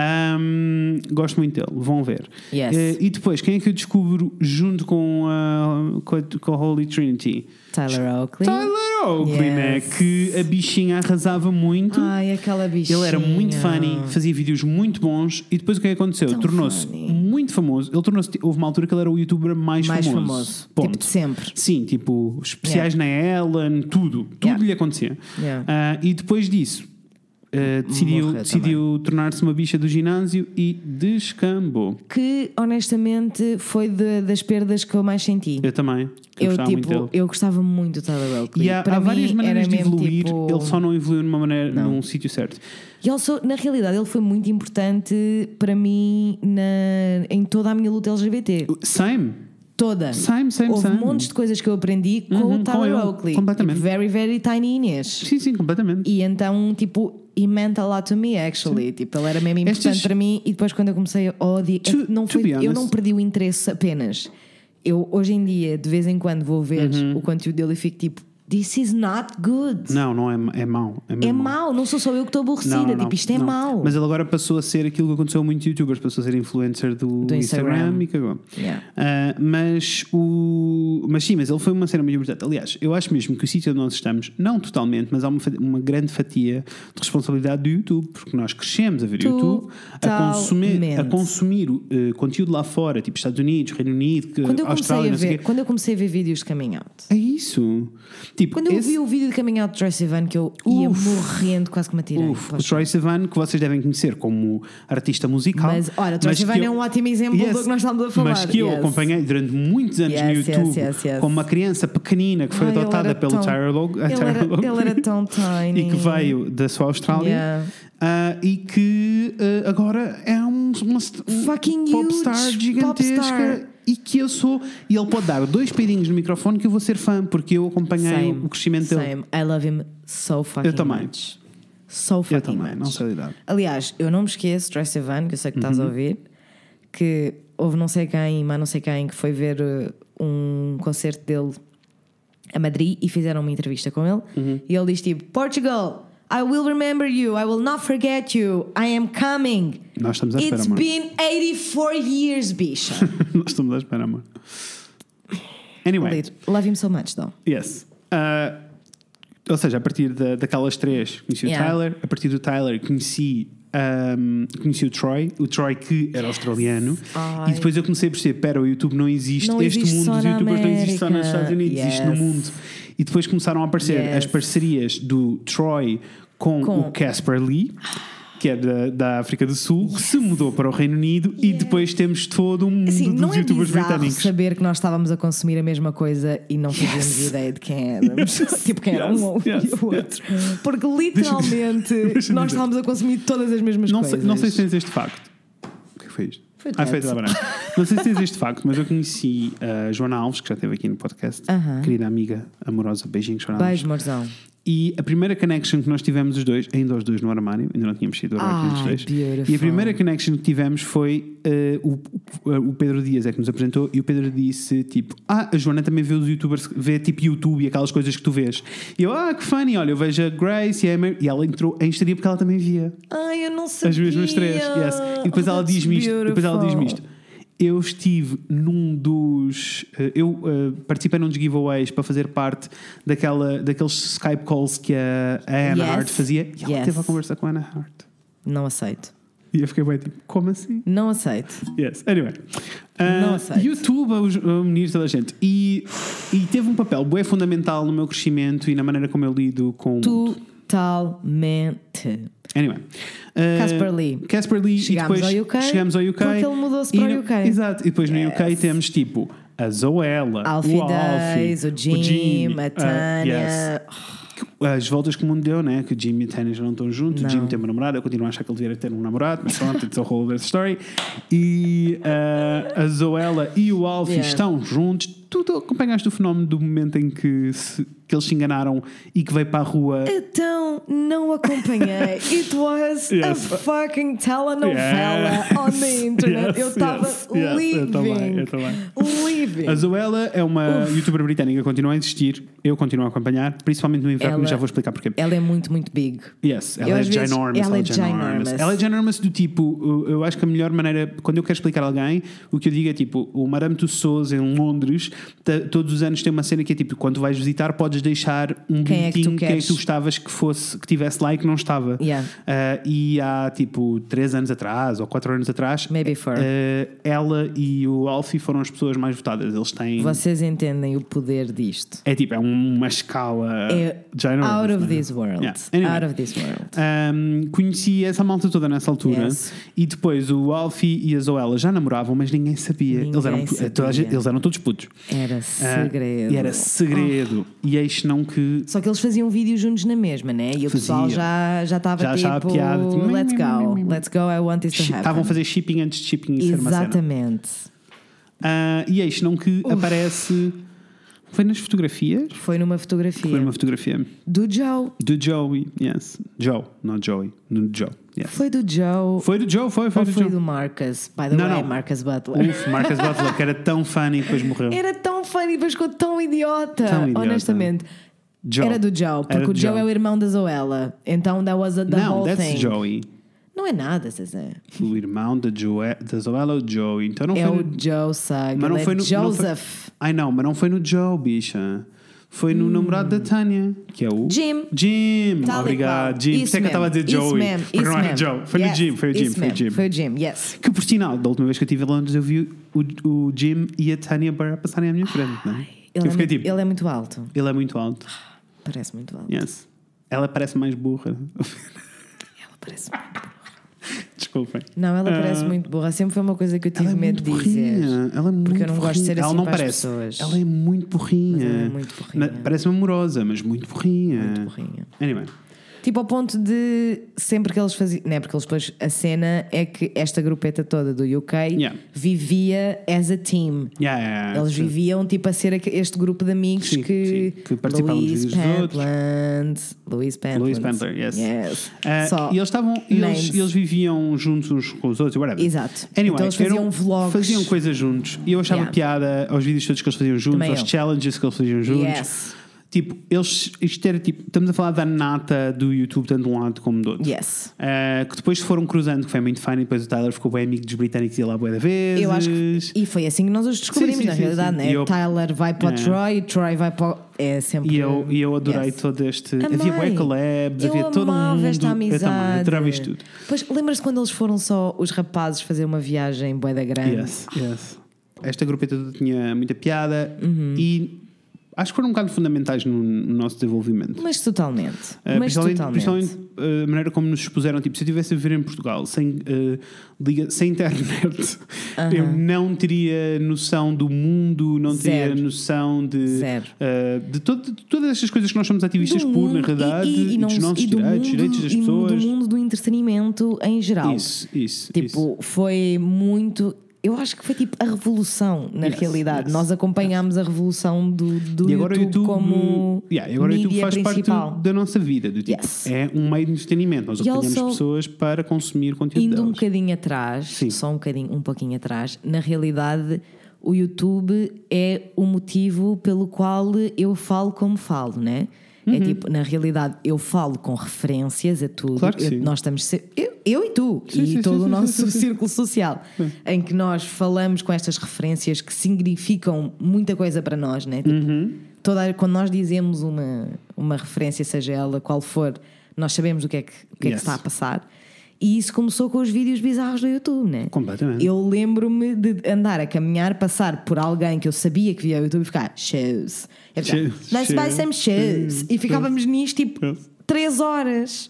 Um, gosto muito dele, vão ver.
Yes.
Eh, e depois, quem é que eu descubro junto com a, com a, com a Holy Trinity?
Tyler Oakley.
Tyler Oakley, né?
Yes.
Que a bichinha arrasava muito.
Ai, aquela bichinha.
Ele era muito funny, fazia vídeos muito bons e depois o que é que aconteceu?
Tão
Tornou-se
funny.
muito famoso. Ele tornou-se, houve uma altura que ele era o youtuber mais,
mais
famoso.
famoso.
Ponto.
Tipo de sempre.
Sim, tipo, especiais na Ellen, tudo, tudo
Yeah.
lhe acontecia.
Yeah.
Ah, e depois disso, uh, decidiu,
Morreu
decidiu tornar-se uma bicha do ginásio e descambou.
Que honestamente foi de- das perdas que eu mais senti.
Eu também. Eu,
Eu,
gostava muito
tipo,
dele.
eu gostava muito do Tyler Oakley.
E há,
Para
há
mim,
várias maneiras
era
de
mesmo,
evoluir,
tipo-
ele só não evoluiu numa maneira,
Não.
num sítio certo.
E ele só- na realidade, ele foi muito importante para mim na, em toda a minha luta L G B T.
Same.
Toda.
Same, same,
Houve
same.
montes de coisas que eu aprendi com
Uhum,
o Tyler
com ele,
Oakley.
completamente.
Tipo, very, very tiny Inês.
Sim, sim, completamente.
E então, tipo, he meant a lot to me, actually. Tipo, ele era mesmo importante
Estas-
para mim. E depois, quando eu comecei a odiar,
To-
não
to
foi,
be
eu
honest-
não perdi o interesse apenas. Eu, hoje em dia, de vez em quando, vou ver
Uhum.
o conteúdo dele e fico tipo, this is not good.
Não, não é, é mau. É,
É
mesmo
mau, não sou só eu que estou aborrecida.
Não, não,
tipo, isto é
não.
mau.
Mas ele agora passou a ser aquilo que aconteceu a muitos youtubers, passou a ser influencer do,
Do
Instagram.
Instagram.
e cagou.
Yeah.
Ah, mas o mas sim, mas ele foi uma cena muito importante. Aliás, eu acho mesmo que o sítio onde nós estamos, não totalmente, mas há uma, fa- uma grande fatia de responsabilidade do YouTube, porque nós crescemos a ver YouTube, a consumir, a
Totalmente.
consumir uh, conteúdo lá fora, tipo Estados Unidos, Reino Unido, que-
Quando eu, comecei
Austrália,
a
não sei o
ver,
quê.
quando eu comecei a ver vídeos de coming out,
É isso. Tipo,
quando eu
esse-
vi o vídeo de coming out de Troye Sivan, que eu ia
Uf.
morrendo, quase que me atirei.
Uf,
para
o Troye Sivan, que vocês devem conhecer como artista musical.
Mas, ora, o Troye
mas
Sivan
que
é
eu-
um ótimo exemplo do que nós estamos a falar.
Mas que eu
Yes.
acompanhei durante muitos anos no
Yes, yes,
YouTube
yes, yes.
como uma criança pequenina que foi
Ai, ele
adotada
era
pelo
tão-
Tyler Log-
ele
Tyler
era-
Oakley
ele era tão tiny.
e que veio da sua Austrália.
Yeah.
Ah, e que ah, agora é um, uma um
Fucking
popstar
huge
gigantesca
popstar.
e que eu sou e ele pode dar dois peidinhos no microfone que eu vou ser fã porque eu acompanhei
Same,
o crescimento dele.
same. I love him so fucking
Eu também.
much. So fucking
Eu também,
much.
não sei lidar.
Aliás, eu não me esqueço, Troye Sivan, que eu sei que estás a
Uhum.
ouvir, que houve não sei quem, mas não sei quem, que foi ver uh, um concerto dele a Madrid e fizeram uma entrevista com ele.
Uhum.
E ele diz tipo: Portugal, I will remember you, I will not forget you, I am coming.
Nós estamos à espera,
It's
amor.
been eighty-four years, bicha.
Nós estamos à espera, amor. Anyway.
Love him so much, though.
Yes. Uh, ou seja, a partir da, daquelas três conheci
Yeah.
o Tyler, a partir do Tyler conheci, um, conheci o Troy, o Troy que era australiano,
Ai.
e depois eu comecei a perceber: pera, o YouTube não existe,
Não
este
existe
mundo
só
dos
na
youtubers não existe só nos
América.
Estados Unidos, existe no
Yes.
mundo. E depois começaram a aparecer
Yes.
as parcerias do Troy com,
Com-
o Casper Lee, que é da, da África do Sul, que se mudou para o Reino Unido, e depois temos todo um mundo
Assim,
dos
não é
youtubers
bizarro
britânicos.
saber que nós estávamos a consumir a mesma coisa e não fazíamos ideia de quem éramos. tipo, quem era
Yes,
um ou
yes,
e o outro. Porque literalmente
deixa-me
nós
dizer.
estávamos a consumir todas as mesmas
Não sei,
coisas.
não sei se tens este facto. O que é que foi isto?
Foi o
ah, foi
teto.
da branca. Não sei se tens este facto, mas eu conheci a Joana Alves, que já esteve aqui no podcast,
Aham.
querida amiga amorosa, beijinhos, Joana Alves.
Beijo, morzão.
E a primeira connection que nós tivemos os dois, ainda os dois no armário, ainda não tínhamos sido do armário
Ai,
os dois.
beautiful.
E a primeira connection que tivemos foi eh, o, o, o Pedro Dias é que nos apresentou, e o Pedro disse tipo: Ah, a Joana também vê os youtubers, vê tipo YouTube e aquelas coisas que tu vês. E eu, ah, que funny, olha, eu vejo a Grace e a Emer, e ela entrou em histeria porque ela também via
Ai, eu não sabia.
as mesmas três. Yes. E depois
Oh,
ela
that's
diz-me isto. E depois ela diz-me
beautiful.
isto. Eu estive num dos. eh, Eu uh, participei num dos giveaways para fazer parte daquela, daqueles Skype calls que a, a Anna
Yes.
Hart fazia, e ela
Yes.
teve a conversar com a Anna Hart.
Não aceito.
E eu fiquei bem tipo: como assim?
Não aceito.
Yes. Anyway.
Não
Uh,
aceito.
YouTube, os uh, meninos, toda a gente. E, e teve um papel bem fundamental no meu crescimento e na maneira como eu lido com.
Totalmente.
Anyway. Uh,
Casper Lee.
Casper Lee.
Chegámos
e depois
ao U K,
chegamos ao U K.
porque ele mudou-se
e
para o
no-
U K.
Exato. E depois no U K
Yes.
temos tipo a Zoella,
Alfie
o Alfie,
Days, o Jim, a
uh,
Tânia.
yes. As voltas que o mundo deu, né? Que o Jim e a Tânia já não estão juntos.
Não.
O Jim tem uma namorada. Eu continuo a achar que ele devia ter um namorado, mas pronto, it's a whole other story. E uh, a Zoella e o Alfie
Yeah.
estão juntos. Tu, tu acompanhaste o fenómeno do momento em que, se, que eles se enganaram e que veio para a rua.
Então, não acompanhei. It was
Yes.
a fucking telenovela
Yeah.
on the internet.
Yes,
eu estava
yes, yes,
living.
eu também, eu também.
Living.
A Zoella é uma youtuber britânica, continua a existir. Eu continuo a acompanhar, principalmente no inverno,
Ela-
já vou explicar porquê.
Ela é muito, muito big.
Yes, ela
Eu,
é
às vezes,
ginormous.
ela é
ginormous.
ginormous.
Ela é ginormous do tipo, eu eu acho que a melhor maneira, quando eu quero explicar a alguém, o que eu digo é tipo, o Madame Tussauds em Londres t- todos os anos tem uma cena que é tipo, quando tu vais visitar, podes deixar um
Quem é que tu
bilhetinho quem é que tu
queres?
gostavas que fosse, que tivesse lá e que não estava.
Yeah.
Uh, e há tipo três anos atrás ou quatro anos atrás,
Maybe four.
uh, ela e o Alfie foram as pessoas mais votadas. Eles têm.
Vocês entendem o poder disto?
É tipo, é uma escala.
É
ginormous,
out of
né?
this world.
Yeah. Anyway.
Out of this world.
Um, conheci essa malta toda nessa altura.
Yes.
E depois o Alfie e a Zoella já namoravam, mas ninguém sabia.
Ninguém
eles, eram,
sabia.
toda a gente- eles eram todos putos.
Era
Ah,
segredo.
e era segredo. E eis não que.
Só que eles faziam vídeos juntos na mesma, né? E o pessoal
Faziam.
já já estava
Já achava
tipo,
piada, tipo,
let's go,
mim, mim, mim.
let's go, I want this to happen.
Estavam a fazer shipping antes de shipping ser uma cena.
Exatamente.
Ah, e eis não que aparece. Foi nas fotografias?
Foi numa fotografia
Foi numa fotografia
do Joe.
do Joey. Yes. Joe, not Joey. Do Joe. Yes.
Foi do Joe.
Foi do Joe, foi, foi
Ou
do
foi
Joe.
do Marcus? By the
Não,
way,
não.
Marcus Butler.
Uf, Marcus Butler, que era tão funny e depois morreu.
Era tão funny, depois ficou tão idiota.
Tão idiota.
Honestamente.
Joe.
Era do Joe, porque
Era
o
do
Joe
Joe.
é o irmão da Zoella. Então that was a, the
Não,
whole
that's
thing.
Joey.
Não é nada, Zezé.
O irmão da, Joe, da Zoella é o Joey. Então não
É
foi
o
no...
Joe Saga.
Mas não
Ele
foi
é
no... não foi-
Joseph.
Ai não, mas não foi no Joe, bicha. Foi no namorado da Tânia, que é o...
Hum. Jim.
Jim,
Tal e
obrigado.
qual.
Jim, por
Isso
isso é que eu estava a dizer
mesmo,
Joey.
isso mesmo,
Porque
isso
não era
mesmo.
Joe. Foi no
Yes,
Jim, foi o Jim,
isso
foi o
mesmo,
Jim.
Foi o Jim, yes.
Que por sinal, da última vez que eu estive em Londres, eu vi o, o Jim e a Tânia Burr passarem à minha frente, né?
Ele,
Eu
é
fiquei
muito,
tipo,
ele é muito alto.
ele é muito alto.
Parece muito alto.
Yes. Ela parece mais burra.
Ela parece muito.
Desculpem.
Não, ela parece
Ah,
muito burra. Sempre foi uma coisa que eu tive
Ela é
medo
muito
de dizer.
burrinha. Ela é muito
Porque eu não gosto de ser
burrinha.
assim
Ela não
para as
parece.
pessoas.
Ela é muito burrinha.
Mas ela é muito burrinha.
Na- Parece-me amorosa, mas muito burrinha.
Muito burrinha.
Anyway.
Tipo ao ponto de sempre que eles faziam, né? Porque eles depois a cena é que esta grupeta toda do U K
Yeah.
vivia as a team.
Yeah, yeah,
Eles
sim.
viviam tipo a ser aqu- este grupo de amigos
Sim,
que,
sim, que participavam dos
Louise
vídeos dos outros.
Pentland, Louise Pentland,
Louise Pentler, yes.
yes.
Ah,
Só
e eles estavam eles,
names.
eles viviam juntos uns com os outros, whatever.
Exato.
Anyway,
Então eles faziam
eram-
vlogs.
faziam coisas juntos. E eu achava
Yeah.
piada aos vídeos todos que eles faziam juntos,
Também
aos
eu.
challenges que eles faziam juntos.
Yes.
Tipo, eles, isto era tipo, estamos a falar da nata do YouTube, tanto de um lado como do outro.
Yes.
Uh, que depois foram cruzando, que foi muito funny. Depois o Tyler ficou bem amigo dos britânicos e ia lá bué da vezes.
Eu acho que, e foi assim que nós os descobrimos,
Sim, sim,
na
sim,
realidade,
sim.
né?
E eu-
Tyler vai para o
É.
Troy, Troy vai para o... É sempre.
E eu, e eu adorei
Yes.
todo este.
Amei.
Havia bué collabs,
Eu
havia todo
amava
mundo.
esta amizade.
Eu também, adorava isto tudo.
Pois lembras-te quando eles foram só os rapazes fazer uma viagem bué da grande?
Yes, yes. Esta grupeta toda tinha muita piada
Uhum.
e acho que foram um bocado fundamentais no, no nosso desenvolvimento.
Mas totalmente.
Uh,
Mas
principalmente,
totalmente.
principalmente uh, a maneira como nos expuseram. Tipo, se eu estivesse a viver em Portugal sem, uh, liga, sem internet, eu não teria noção do mundo, não teria
Zero.
noção de,
Zero.
uh, de, todo- de todas estas coisas que nós somos ativistas
Do
por, na
mundo
realidade,
e, e,
e,
não,
dos nossos
e do
direitos,
mundo,
direitos das
e
pessoas.
do mundo do entretenimento em geral.
Isso, isso.
Tipo,
isso.
foi muito. Eu acho que foi tipo a revolução, na
Yes,
realidade.
yes,
Nós acompanhámos a revolução do, do
E agora o
YouTube,
YouTube,
como
yeah, e agora o YouTube
mídia
faz
principal.
parte da nossa vida. Do tipo,
Yes.
É um meio de entretenimento. Nós
E
acompanhamos
also,
pessoas para consumir conteúdo
Indo um
delas.
bocadinho atrás,
Sim.
só um bocadinho, um pouquinho atrás, na realidade o YouTube é o motivo pelo qual eu falo como falo, né?
Uhum.
É tipo, na realidade, eu falo com referências a tudo.
Claro que
Eu-
sim.
nós estamos se- eu, eu e tu,
Sim,
e
sim,
todo
sim,
o
sim,
nosso
sim, sim.
círculo social, em que nós falamos com estas referências que significam muita coisa para nós, né? Tipo,
Uhum.
toda, quando nós dizemos uma, uma referência, seja ela qual for, nós sabemos o que é que, o que, é que
Yes.
está a passar. E isso começou com os vídeos bizarros do YouTube, né?
Completamente.
Eu lembro-me de andar a caminhar, passar por alguém que eu sabia que via o YouTube e ficar shows. Eu ficava,
Shows,
Let's buy
shows,
some shows.
shows,
E ficávamos nisto tipo
Yes.
três horas.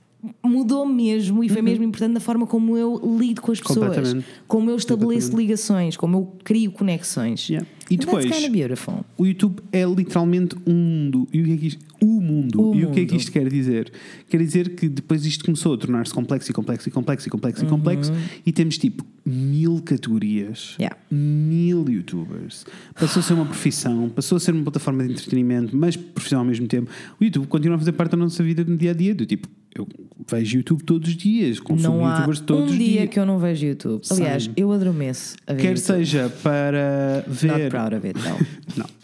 Mudou mesmo e foi mesmo importante na forma como eu lido com as pessoas,
Completamente.
como eu estabeleço
Completamente.
ligações, como eu crio conexões.
Yeah. E
And
depois-
that's kind of beautiful.
O YouTube é literalmente um mundo. E o que é que isto, o mundo.
O
e o que é
mundo.
que isto quer dizer? Quer dizer que depois isto começou a tornar-se complexo e complexo e complexo e complexo e complexo e temos tipo mil categorias,
Yeah.
mil youtubers. Passou a ser uma profissão, passou a ser uma plataforma de entretenimento, mas profissão ao mesmo tempo. O YouTube continua a fazer parte da nossa vida no dia a dia. Do tipo, eu vejo YouTube todos os dias, consumo
Não há
youtubers todos
um
os
dia
dias.
que eu não vejo YouTube. Aliás,
Same.
eu adormeço a ver
Quer
YouTube.
seja para
Not
ver.
proud of it, não.
Não.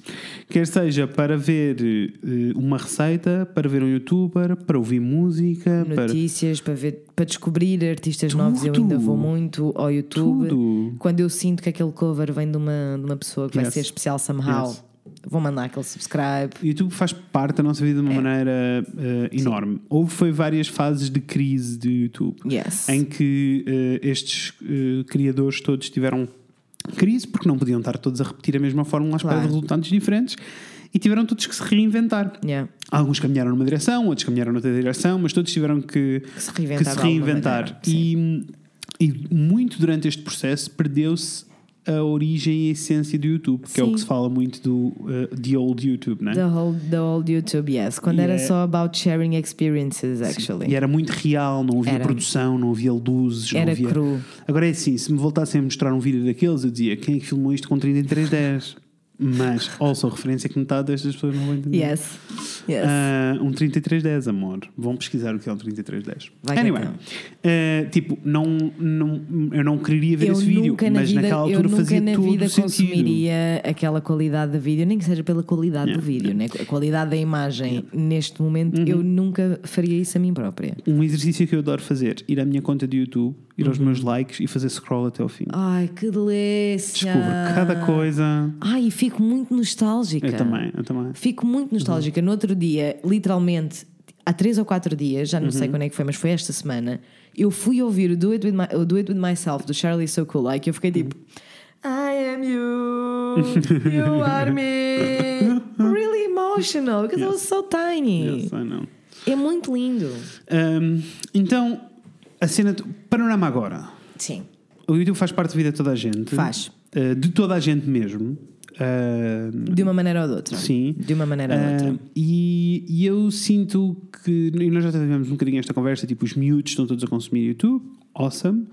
Quer seja para ver uh, uma receita, para ver um youtuber, para ouvir música,
notícias, para, para, ver, para descobrir artistas
Tudo.
novos. Eu ainda vou muito ao YouTube.
Tudo.
Quando eu sinto que aquele cover vem de uma, de uma pessoa que
Yes.
vai ser especial somehow,
Yes.
vou mandar aquele subscribe.
O YouTube faz parte da nossa vida de uma
É.
maneira uh, enorme. Houve foi várias fases de crise do YouTube
Yes.
em que uh, estes uh, criadores todos tiveram crise porque não podiam estar todos a repetir a mesma fórmula à espera
Claro.
de resultados diferentes e tiveram todos que se reinventar.
Yeah.
Alguns caminharam numa direção, outros caminharam noutra direção, mas todos tiveram que,
Que se reinventar
que
de
se
alguma
reinventar.
maneira, sim.
E, e muito durante este processo perdeu-se a origem e a essência do YouTube, que é o
Sim.
que se fala muito do uh, the old YouTube, né?
The whole, the old YouTube, yes. Quando
E
era
é-
só about sharing experiences, actually.
E era muito real, não havia
Era.
produção, não havia luzes, não
Era
havia...
cru.
Agora é assim, se me voltassem a mostrar um vídeo daqueles, eu dizia, quem é que filmou isto com trinta e três dez? Mas, also, referência que metade destas pessoas não vão entender.
Yes. Yes.
Ah, um trinta e três dez, amor. Vão pesquisar o que é um trinta e três dez.
Vai que
Anyway,
então.
ah, tipo, não, não, eu não queria ver
eu
esse vídeo,
nunca na
mas
vida,
naquela
eu
altura
nunca
fazia
na
todo
vida
o sentido.
consumiria aquela qualidade de vídeo, nem que seja pela qualidade
Yeah,
do vídeo, né? A qualidade da imagem neste momento,
Uhum.
eu nunca faria isso a mim própria.
Um exercício que eu adoro fazer, ir à minha conta de YouTube, ir
Uhum.
aos meus likes e fazer scroll até ao fim.
Ai, que delícia!
Descubro cada coisa.
Ai, fico muito nostálgica.
Eu também, eu também.
Fico muito nostálgica. No outro dia, literalmente, há três ou quatro dias, já não sei quando é que foi, mas foi esta semana, eu fui ouvir o Do It With, My, o Do It With Myself do Charlie So Cool Like e eu fiquei tipo I am you, you are me. Really emotional because I was so tiny.
Yes, I know.
É muito lindo.
Um, então, a cena. Panorama agora.
Sim,
O YouTube faz parte da vida de toda a gente.
Faz.
Uh, de toda a gente mesmo. Uh,
de uma maneira ou de outra.
sim.
De uma maneira ou de
Uh,
outra.
e, e eu sinto que. E nós já tivemos um bocadinho esta conversa. Tipo, os miúdos estão todos a consumir YouTube. Awesome.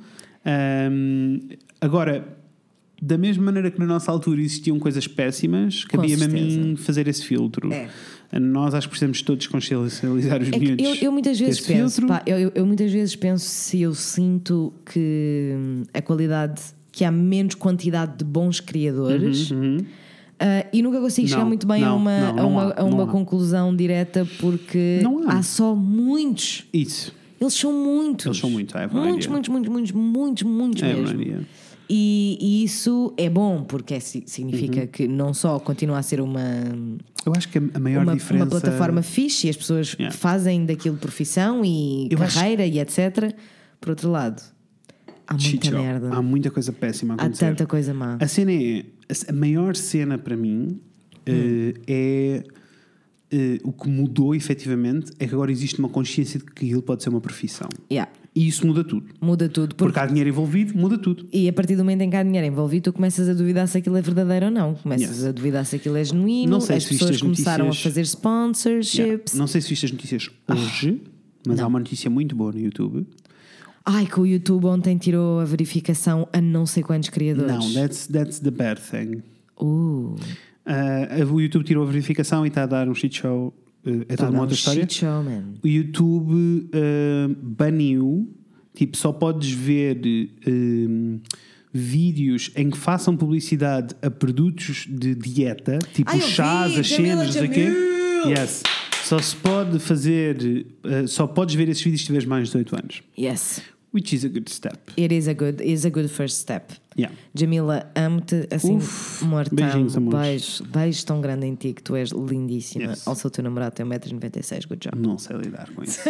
Um, agora, da mesma maneira que na nossa altura existiam coisas péssimas, cabia-me a
certeza.
mim fazer esse filtro.
É.
Nós acho que precisamos todos consciencializar os
É que
miúdos.
eu, eu muitas vezes
desse
penso,
filtro.
pá, eu, eu- eu muitas vezes penso se eu sinto que hum, a qualidade, que há menos quantidade de bons criadores. Ah, e nunca consigo chegar
Não,
muito bem a
não,
uma,
não,
a
não
uma,
há,
a uma
não há.
conclusão direta porque
Não há.
há só muitos.
Isso.
Eles são muitos.
Eles são muitos, I have no
muitos,
idea.
muitos, muitos, muitos, muitos, muitos
I have no
mesmo.
idea.
E, e isso é bom porque é, si- significa
Uhum.
que não só continua a ser uma,
Eu acho que a a maior
uma,
diferença.
uma plataforma fixe e as pessoas
Yeah.
fazem daquilo profissão e
Eu acho-
carreira e etcétera. Por outro lado, há muita
Shit show.
merda.
Há muita coisa péssima a
Há
acontecer.
tanta coisa má.
A cena é. a- A maior cena para mim eh, é. eh, o que mudou efetivamente é que agora existe uma consciência de que aquilo pode ser uma profissão.
Yeah.
E isso muda tudo.
Muda tudo.
Porque
Porque,
há dinheiro envolvido, muda tudo.
e a partir do momento em que há dinheiro envolvido, tu começas a duvidar se aquilo é verdadeiro ou não. Começas
Yes.
a duvidar se aquilo é genuíno.
Não sei
as
se viste
pessoas
as
começaram
notícias-
a fazer sponsorships.
Yeah. Não sei se viste as notícias hoje, mas
não.
há uma notícia muito boa no YouTube.
Ai, que o YouTube ontem tirou a verificação a não sei quantos criadores.
Não, that's, that's the bad thing.
Uh,
Uh, o YouTube tirou a verificação e está a dar um shit show. Uh, é
tá a
toda uma
dar
outra
um
história.
shit show, man.
O YouTube uh, baniu, tipo, só podes ver um, vídeos em que façam publicidade a produtos de dieta, tipo
Ai, eu
os chás,
vi,
as
Jamila
cenas, não sei o quê.
Jamil!
Yes. Só se pode fazer, uh, só podes ver esses vídeos se tiveres mais de dezoito anos.
Yes.
Which is a good step.
It is a good, is a good first step.
Yeah.
Jamila, amo-te assim,
Uf,
mortão.
beijinhos, amores.
Beijo, beijo tão grande em ti que tu és lindíssima.
Yes.
Also, o teu namorado tem um metro e noventa e seis. Good job.
Não sei lidar com isso.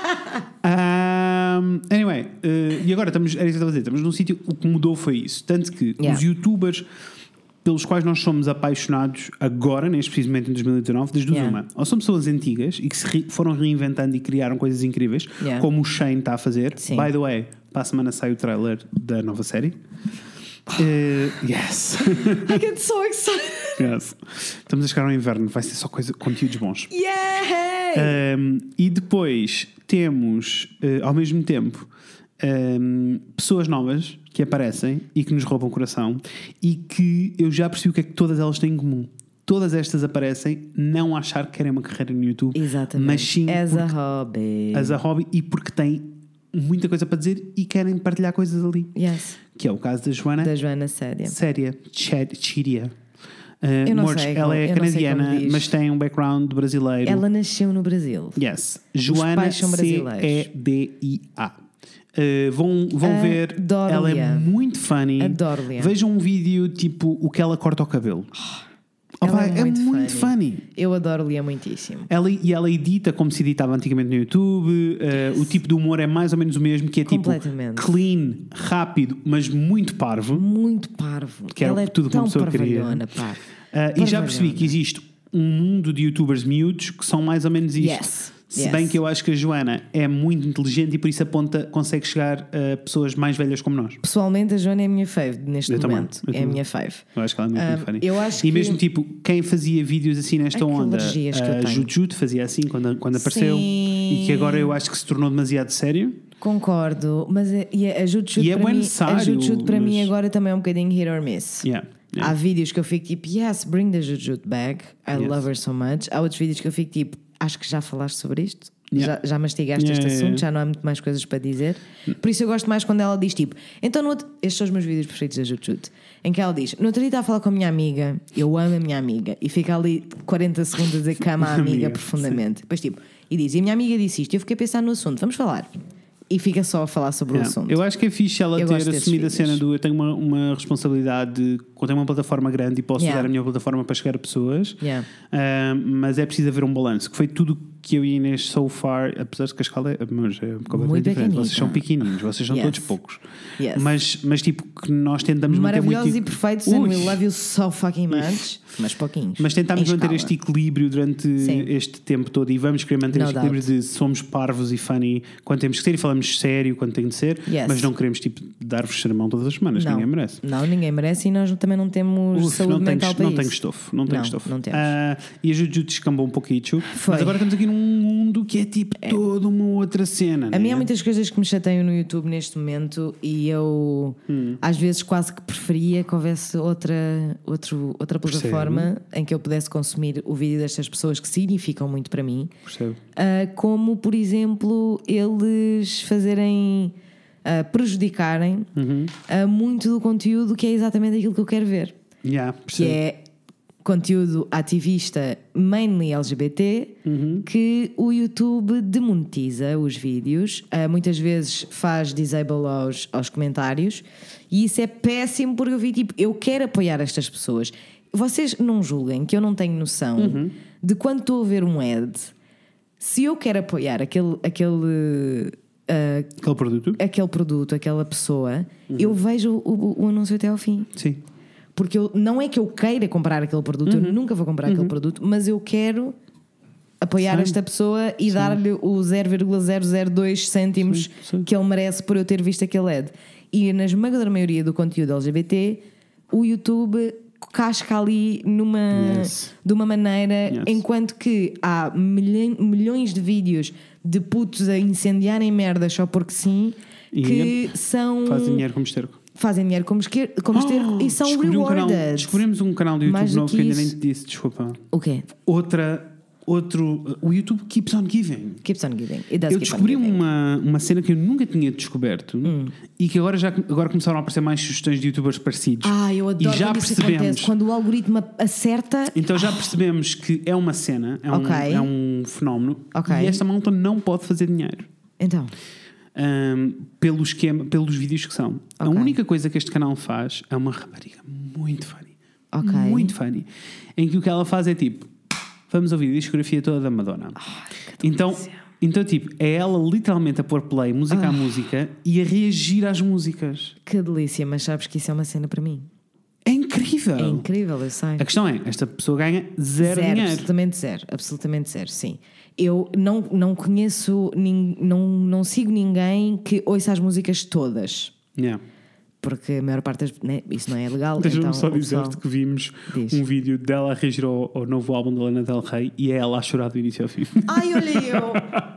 um, anyway, uh, e agora estamos, era isso que eu estava a dizer, estamos num sítio, o que mudou foi isso. Tanto que
Yeah.
os youtubers pelos quais nós somos apaixonados agora, neste precisamente em dois mil e dezanove, das duas
Yeah.
uma. Ou são pessoas antigas e que se re- foram reinventando e criaram coisas incríveis,
Yeah.
como o Shane está a fazer.
Sim.
By the way, para a semana sai o trailer da nova série. Uh, yes.
I get so excited.
Yes. Estamos a chegar ao inverno, vai ser só coisa, conteúdos bons.
Yeah!
Um, e depois temos, uh, ao mesmo tempo, um, pessoas novas que aparecem e que nos roubam o coração e que eu já percebi o que é que todas elas têm em comum. Todas estas aparecem não a achar que querem uma carreira no YouTube,
Exatamente.
mas sim
As a
porque-
hobby.
as a hobby e porque têm muita coisa para dizer e querem partilhar coisas ali.
Yes.
Que é o caso da Joana
Da Joana Séria.
Séria, Chad- Chíria. Uh,
Eu não
Mores,
sei
ela
como-
é
eu não sei
canadiana,
como diz.
mas tem um background brasileiro.
Ela nasceu no Brasil.
Yes. Joana
pais são
C
brasileiros.
E D I A. Uh, vão vão ver.
Adoro-lhe.
Ela é muito funny.
Adoro-lhe.
Vejam um vídeo tipo o que ela corta o cabelo. Oh,
Ela
pá,
é
é
muito
muito
funny.
funny.
Eu adoro-lhe muitíssimo.
Ela, e ela edita como se editava antigamente no YouTube. Uh, o tipo de humor é mais ou menos o mesmo, que é tipo
Completamente.
clean, rápido, mas muito parvo.
Muito parvo.
Que era
Ela é
tudo que uma
tão
pessoa queria.
parvalhona, pá.
Uh, e já percebi
Parvalhona.
que existe um mundo de youtubers miúdos que são mais ou menos isto.
Yes,
Se
yes.
bem que eu acho que a Joana é muito inteligente e por isso a ponta consegue chegar a pessoas mais velhas como nós.
Pessoalmente, a Joana é a minha fave neste
Eu também,
momento.
eu
é a
também.
minha fave.
Eu acho que ela é muito, muito
Um,
funny.
eu acho
e
que-
mesmo tipo, quem fazia vídeos assim nesta
Ai, que
onda,
alergias que eu
a
tenho.
Jujut fazia assim quando, quando apareceu
Sim.
e que agora eu acho que se tornou demasiado sério.
Concordo, mas a, e a Jujutsu
E é
para
bem
mim,
necessário,
a Jujutsu para
mas-
mim agora também é um bocadinho hit or miss.
Yeah, yeah.
Há vídeos que eu fico tipo, yes, bring the Jujutsu back. I
Yes.
love her so much. Há outros vídeos que eu fico tipo, acho que já falaste sobre isto.
Yeah.
Já, já mastigaste
Yeah,
este
yeah,
assunto,
yeah.
já não há muito mais coisas para dizer. Por isso eu gosto mais quando ela diz tipo, então no outro... estes são os meus vídeos preferidos da Jujutsu, em que ela diz, no outro dia estava a falar com a minha amiga, eu amo a minha amiga, e fica ali quarenta segundos a dizer que ama a amiga
Amiga,
profundamente. Depois tipo, e diz, e a minha amiga disse isto, e eu fiquei a pensar no assunto, vamos falar. E fica só a falar sobre
Yeah.
o assunto.
Eu acho que é fixe ela
Eu
ter
gosto desses
assumido a
vídeos.
cena do eu tenho uma, uma responsabilidade de, quando tenho uma plataforma grande e posso
Yeah.
usar a minha plataforma para chegar a pessoas.
Yeah.
Ah, mas é preciso haver um balanço, que foi tudo que eu e a Inês so far, apesar de que a escala é, mas é completamente
Muito
diferente.
pequenita.
Vocês são pequeninos, vocês são
Yes.
todos poucos.
Yes.
Mas, mas tipo, que nós tentamos manter
Maravilhosos
muito.
e perfeitos,
Ui.
and we love you so fucking much. Mas pouquinhos.
Mas tentámos
Em
manter
escala.
este equilíbrio durante
Sim.
este tempo todo e vamos querer manter
No
este equilíbrio
doubt.
de somos parvos e funny quando temos que ser e falamos sério quando tem de ser,
Yes.
mas não queremos tipo dar-vos sermão todas as semanas,
Não.
ninguém merece.
Não, ninguém merece e nós também não temos
Uf,
saúde
não tem,
mental para
não
isso.
tem estofo, não tem
Não,
estofo.
não temos.
Ah, e a Jujutsu descambou um pouquinho,
Foi.
mas agora estamos aqui num mundo que é tipo toda uma outra cena.
A mim
né?
há muitas coisas que me chateiam no YouTube neste momento e eu
Hum.
às vezes quase que preferia que houvesse outra, outro, outra plataforma em que eu pudesse consumir o vídeo destas pessoas que significam muito para mim.
Percebo.
Ah, como, por exemplo, eles fazerem, ah, prejudicarem
Uhum.
ah, muito do conteúdo que é exatamente aquilo que eu quero ver.
Yeah,
Que
percebo.
é conteúdo ativista, mainly L G B T,
Uhum.
que o YouTube demonetiza os vídeos, ah, muitas vezes faz disable aos, aos comentários, e isso é péssimo porque eu vi tipo, eu quero apoiar estas pessoas. Vocês não julguem que eu não tenho noção
Uhum.
de quando estou a ver um ad, se eu quero apoiar aquele, aquele, ah,
Aquele produto?
aquele produto, aquela pessoa,
Uhum.
eu vejo o, o anúncio até ao fim.
Sim.
Porque eu, não é que eu queira comprar aquele produto,
Uhum.
eu nunca vou comprar aquele produto, mas eu quero apoiar
Sim.
esta pessoa e dar-lhe o zero vírgula zero zero dois cêntimos
Sim, sim.
que ele merece por eu ter visto aquele ad. E na esmagadora maioria do conteúdo L G B T, o YouTube casca ali numa,
Yes.
de uma maneira,
Yes.
enquanto que há milhões, milhões de vídeos de putos a incendiarem merda só porque sim,
E
que são...
Faz dinheiro como esterco.
Fazem dinheiro como, esquer- como esterco e são
Descobri um canal-
rewarded.
descobrimos um canal do
Mais
YouTube
do
novo
que
que ainda nem
isso.
te disse, desculpa.
O quê?
Outra, outro, o YouTube keeps on giving.
Keeps on giving. It does
Eu
keep
descobri
on giving.
uma, uma cena que eu nunca tinha descoberto
Hum.
e que agora já agora começaram a aparecer mais sugestões de youtubers parecidos.
Ah, eu adoro
e já
quando isso
percebemos.
acontece. Quando o algoritmo acerta.
Então já percebemos que é uma cena, é um,
Ok.
é um fenómeno
Ok.
e esta malta não pode fazer dinheiro.
Então,
Ahm, pelo esquema, pelos vídeos que são. A
Ok.
única coisa que este canal faz é uma rapariga muito funny.
Ok.
Muito funny. Em que o que ela faz é tipo, vamos ouvir a discografia toda da Madonna. então, então, tipo, é ela literalmente a pôr play, música
Ah.
a música, e a reagir às músicas.
que delícia, mas sabes que isso é uma cena para mim.
É incrível.
É incrível, eu sei.
A questão é, esta pessoa ganha zero,
Zero,
dinheiro.
absolutamente zero, absolutamente zero, sim. Eu não, não conheço, nin- não, não sigo ninguém que ouça as músicas todas,
Yeah.
porque a maior parte das, né, isso não é legal.
Deixa-me
então
só
o pessoal-
dizer-te que vimos
Diz.
um vídeo dela a reagir ao, ao novo álbum da Lana Del Rey e é ela a chorar do início ao fim.
Ai, olha eu.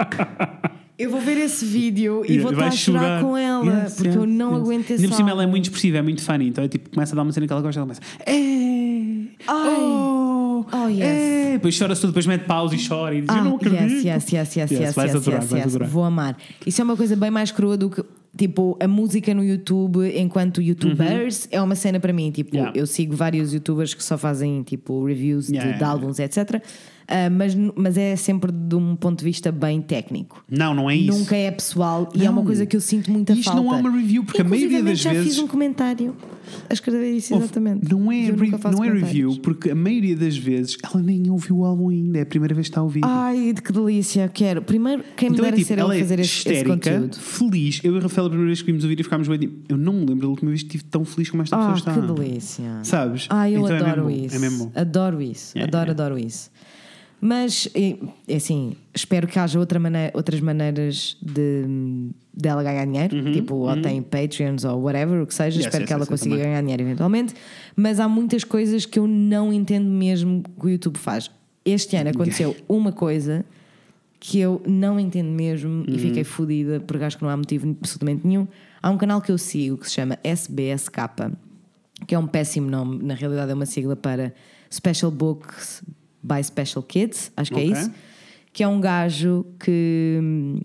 Eu vou ver esse vídeo e
Yeah,
vou estar
vais
a chorar,
chorar.
com ela,
Yes,
porque
yes,
eu não
yes.
aguento esse
Ainda por cima ela é
álbum.
muito expressiva, é muito funny. Então é tipo, começa a dar uma cena que ela gosta, ela começa. É,
Ai.
oh,
Oh, yes.
é. Depois chora-se tudo, depois mete pausa e chora e diz: Eu
Ah,
não acredito.
yes, yes, yes, yes, yes,
vais
yes,
adorar,
yes,
vais
yes.
adorar.
Vou amar. Isso é uma coisa bem mais crua do que. Tipo, a música no YouTube enquanto youtubers é uma cena para mim. Tipo,
Yeah.
eu sigo vários youtubers que só fazem tipo reviews
Yeah,
de, de
yeah,
álbuns, etcétera. Uh, mas, mas é sempre de um ponto de vista bem técnico.
Não, não é isso.
Nunca é pessoal e é
Não.
uma coisa que eu sinto muita
Isto
falta.
não é uma review, porque a maioria das
já
vezes-
fiz um comentário a escrever isso
Ouve,
exatamente.
Não é,
Eu
re-
nunca faço
não é
comentários.
review, porque a maioria das vezes ela nem ouviu o álbum ainda, é a primeira vez que está a ouvir.
Ai, de que delícia, quero. Primeiro, quem me
Então é
dera
tipo,
ser eu a
ela é
fazer esse, esse
histérica,
conteúdo.
feliz. Eu e a Rafaela, a primeira vez que vimos o vídeo, ficámos bem tipo, eu não me lembro da última vez que estive tão feliz como esta
Ah,
pessoa está.
que delícia.
Sabes?
Ah, eu
Então é
adoro
mesmo bom,
isso.
É mesmo bom.
Adoro isso.
Yeah,
adoro,
yeah.
adoro isso. Mas, é é assim, espero que haja outra maneira, outras maneiras de dela ganhar dinheiro. Tipo, ou tem Patreons ou whatever, o que seja.
Uhum, Yes,
espero
yes,
que ela
yes, eu
consiga
também.
ganhar dinheiro eventualmente. Mas há muitas coisas que eu não entendo mesmo que o YouTube faz. Este ano aconteceu uma coisa que eu não entendo mesmo
Uhum.
e fiquei fodida porque acho que não há motivo absolutamente nenhum. Há um canal que eu sigo que se chama S B S K, que é um péssimo nome, na realidade é uma sigla para Special Books by Special Kids, acho que
Ok.
é isso, que é um gajo que hum,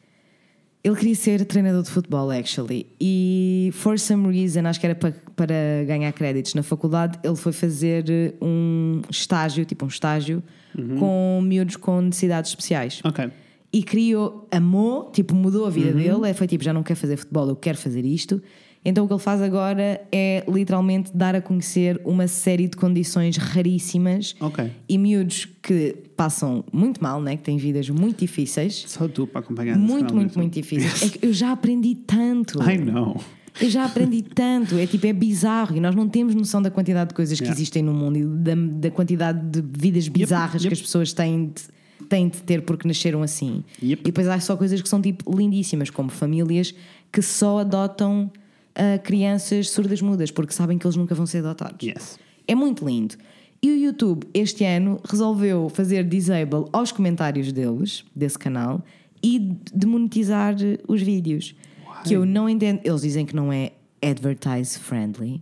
ele queria ser treinador de futebol, actually, e for some reason, acho que era para, para ganhar créditos na faculdade, ele foi fazer um estágio, tipo um estágio, com miúdos com necessidades especiais.
Ok.
E criou, amou, tipo, mudou a vida dele. É, foi tipo, já não quero fazer futebol, eu quero fazer isto. Então o que ele faz agora é literalmente dar a conhecer uma série de condições raríssimas
Ok.
e miúdos que passam muito mal, né? Que têm vidas muito difíceis.
Só tu para acompanhar. esse
Muito,
canal
muito,
do
muito
YouTube.
difíceis. É que eu já aprendi tanto.
I know.
Eu já aprendi tanto, é tipo, é bizarro e nós não temos noção da quantidade de coisas que
Yeah.
existem no mundo e da, da quantidade de vidas bizarras
yep.
que as pessoas têm de, têm de ter porque nasceram assim.
Yep.
E depois há só coisas que são tipo lindíssimas, como famílias que só adotam ah, crianças surdas mudas porque sabem que eles nunca vão ser adotados.
Yes.
É muito lindo. E o YouTube este ano resolveu fazer disable aos comentários deles, desse canal, e demonetizar os vídeos. Que eu não entendo. Eles dizem que não é advertise friendly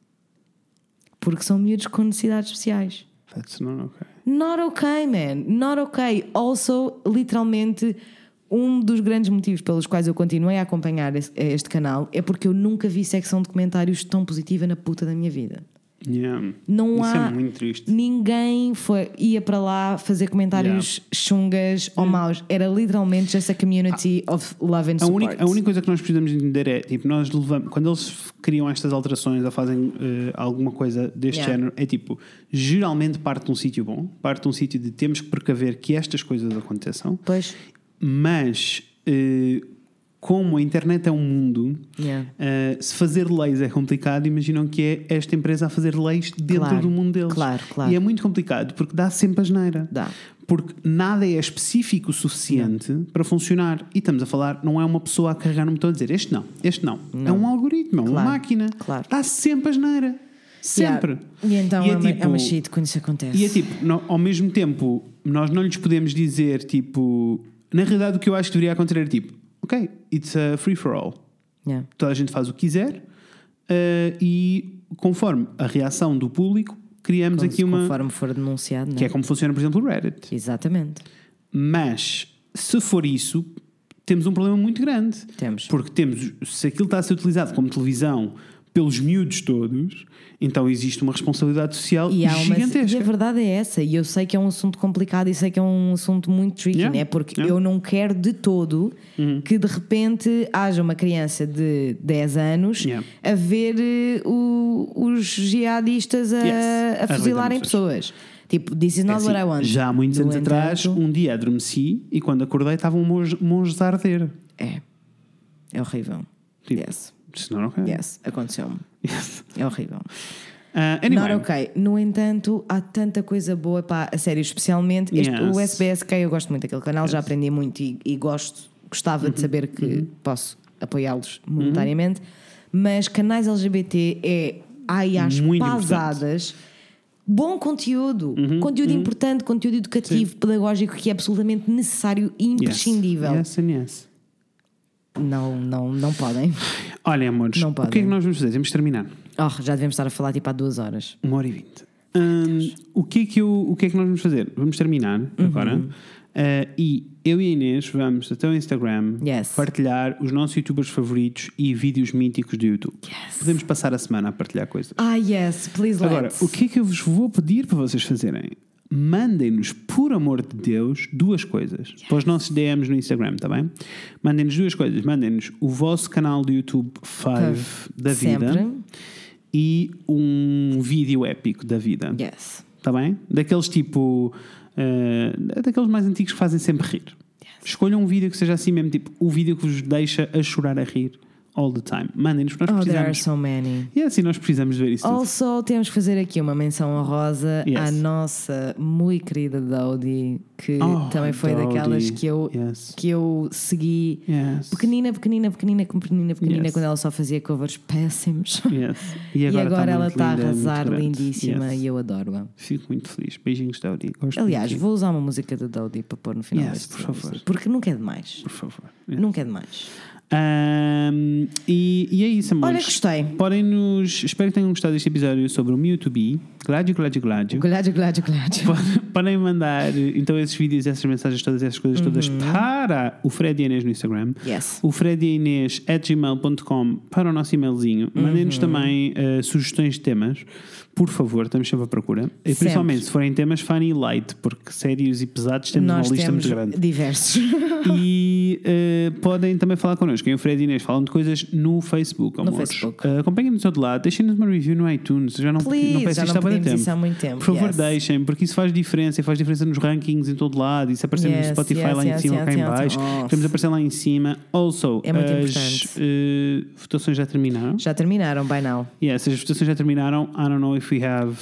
porque são miúdos com necessidades especiais.
That's not okay.
Not okay, man. Not okay. Also, literalmente, um dos grandes motivos pelos quais eu continuei a acompanhar este, este canal é porque eu nunca vi secção de comentários tão positiva na puta da minha vida.
Yeah.
Não
Isso
há
é muito triste.
ninguém foi, ia para lá fazer comentários chungas ou maus. Era literalmente just a community of love and
A
support.
única, a única coisa que nós precisamos entender é, tipo, nós levamos, quando eles criam estas alterações ou fazem eh, alguma coisa deste
Yeah.
género, é tipo, geralmente parte de um sítio bom, parte de um sítio de temos que precaver que estas coisas aconteçam,
Pois,
mas eh, como a internet é um mundo,
yeah.
eh, se fazer leis é complicado, imaginam que é esta empresa a fazer leis dentro
Claro,
do mundo deles.
claro, claro.
E é muito complicado porque dá sempre asneira.
Dá.
Porque nada é específico o suficiente para funcionar. E estamos a falar, não é uma pessoa a carregar no botão a dizer este não, este não. É um algoritmo, é uma
Claro,
máquina.
claro.
Dá sempre asneira. Sempre.
Yeah. E então
E
é,
é
uma, é
tipo-
uma shit quando isso acontece.
E é tipo, no- ao mesmo tempo, nós não lhes podemos dizer, tipo... Na realidade, o que eu acho que deveria acontecer era tipo, ok, it's a free for all.
Yeah.
Toda a gente faz o que quiser eh, e conforme a reação do público, criamos
Como-
aqui uma...
Conforme for denunciado, não é?
Que é como funciona, por exemplo, o Reddit.
Exatamente.
Mas, se for isso, temos um problema muito grande.
Temos.
Porque temos, se aquilo está a ser utilizado como televisão pelos miúdos todos, então existe uma responsabilidade social
E, há uma,
gigantesca.
e a verdade é essa, e eu sei que é um assunto complicado e sei que é um assunto muito tricky,
Yeah,
né? Porque
yeah.
eu não quero de todo que de repente haja uma criança de dez anos
Yeah.
a ver eh, o- os jihadistas a,
Yes,
a
a
fuzilarem
arrebentar
pessoas. Tipo, this is
É
not
assim,
what I want.
já há muitos
No
anos atrás,
entanto,
um dia adormeci e quando acordei estavam monges, monges a arder.
É. É horrível.
Tipo,
Yes.
Isso não é ok.
Yes. Aconteceu-me.
Yes.
É horrível.
Ah, anyway,
Not ok. No entanto, há tanta coisa boa, pá, a sério, especialmente este-
Yes.
o S B S K. Eu gosto muito daquele canal, já aprendi muito e, e gosto, gostava
Uhum.
de saber que posso apoiá-los monetariamente. Mas canais L G B T é ai às
Muito
pasadas. Bom conteúdo,
Uhum,
conteúdo importante, conteúdo educativo, pedagógico que é absolutamente necessário e
yes.
imprescindível.
Yes and yes.
Não, não, não podem.
Olha, amores,
Não
o que é
podem.
que nós vamos fazer? Temos de terminar.
Oh, já devemos estar a falar tipo há duas horas.
Uma hora e vinte. Hum, o, que é que eu, o que é que nós vamos fazer? Vamos terminar
Uhum.
agora. Uh, e eu e a Inês vamos até o Instagram
Yes.
partilhar os nossos youtubers favoritos e vídeos míticos do YouTube.
Yes.
Podemos passar a semana a partilhar coisas.
Ah, yes, please
Agora,
let's.
o que é que eu vos vou pedir para vocês fazerem? Mandem-nos, por amor de Deus, duas coisas. Yes. Para os nossos D Ms no Instagram, está bem? Mandem-nos duas coisas. Mandem-nos o vosso canal do YouTube Five da vida
Sempre.
e um vídeo épico da vida.
Yes.
Está bem? Daqueles tipo... Uh, daqueles mais antigos que fazem sempre rir.
Yes.
Escolham um vídeo que seja assim mesmo, tipo, o vídeo que vos deixa a chorar a rir all the time. Mandem-nos, nós
Oh, there are
precisamos.
so many.
E é assim, nós precisamos de ver isso tudo.
Also, temos que fazer aqui uma menção honrosa
Yes.
à nossa muito querida Dodie, que
Oh,
também foi
Dodie.
daquelas que eu,
Yes.
que eu segui
Yes.
pequenina, pequenina, pequenina, pequenina, pequenina,
Yes.
quando ela só fazia covers péssimos.
Yes.
E agora,
está
ela
muito
está a
linda, muito
arrasar,
grande.
lindíssima,
Yes.
e eu adoro-a.
Fico muito feliz. Beijinhos, Dodie. Gosto
Aliás,
muito.
vou usar uma música da Dodie para pôr no final
Yes,
deste
por
episódio,
favor.
porque nunca é demais.
Por favor. Yes.
Nunca é demais.
Um, e, e é isso, amores.
Olha, gostei.
Podem nos. Espero que tenham gostado deste episódio sobre o Mewtwo. Gládio, gládio, gládio.
Gládio, gládio, gládio.
Podem- Podem mandar então esses vídeos, essas mensagens, todas essas coisas todas para o Fred e a Inês no Instagram.
Yes.
O Fred e a Inês at gmail ponto com para o nosso e-mailzinho. Mandem-nos também uh, sugestões de temas, por favor, estamos sempre à procura. E
Sempre.
principalmente se forem temas funny e light, porque sérios e pesados temos
Nós
uma lista
temos
muito grande.
diversos.
E uh, podem também falar connosco. Em o Fred e a Inês falam de coisas no Facebook.
No
amores.
Facebook.
Uh, Acompanhem-nos do outro lado, deixem-nos uma review no iTunes. Já não,
Please,
não peço
já
isto
não
há muito
pedimos
tempo.
isso há muito tempo.
Por favor,
Yes.
deixem, porque isso faz diferença e faz diferença nos rankings em todo lado. E se aparecemos
Yes,
no Spotify
yes,
lá em
yes,
cima
yes,
ou cá em
yes,
baixo,
yes.
temos a aparecer lá em cima. Also,
É muito
as
importante.
uh, votações já terminaram.
Já terminaram, by now.
Yes, as votações já terminaram. I don't know if we have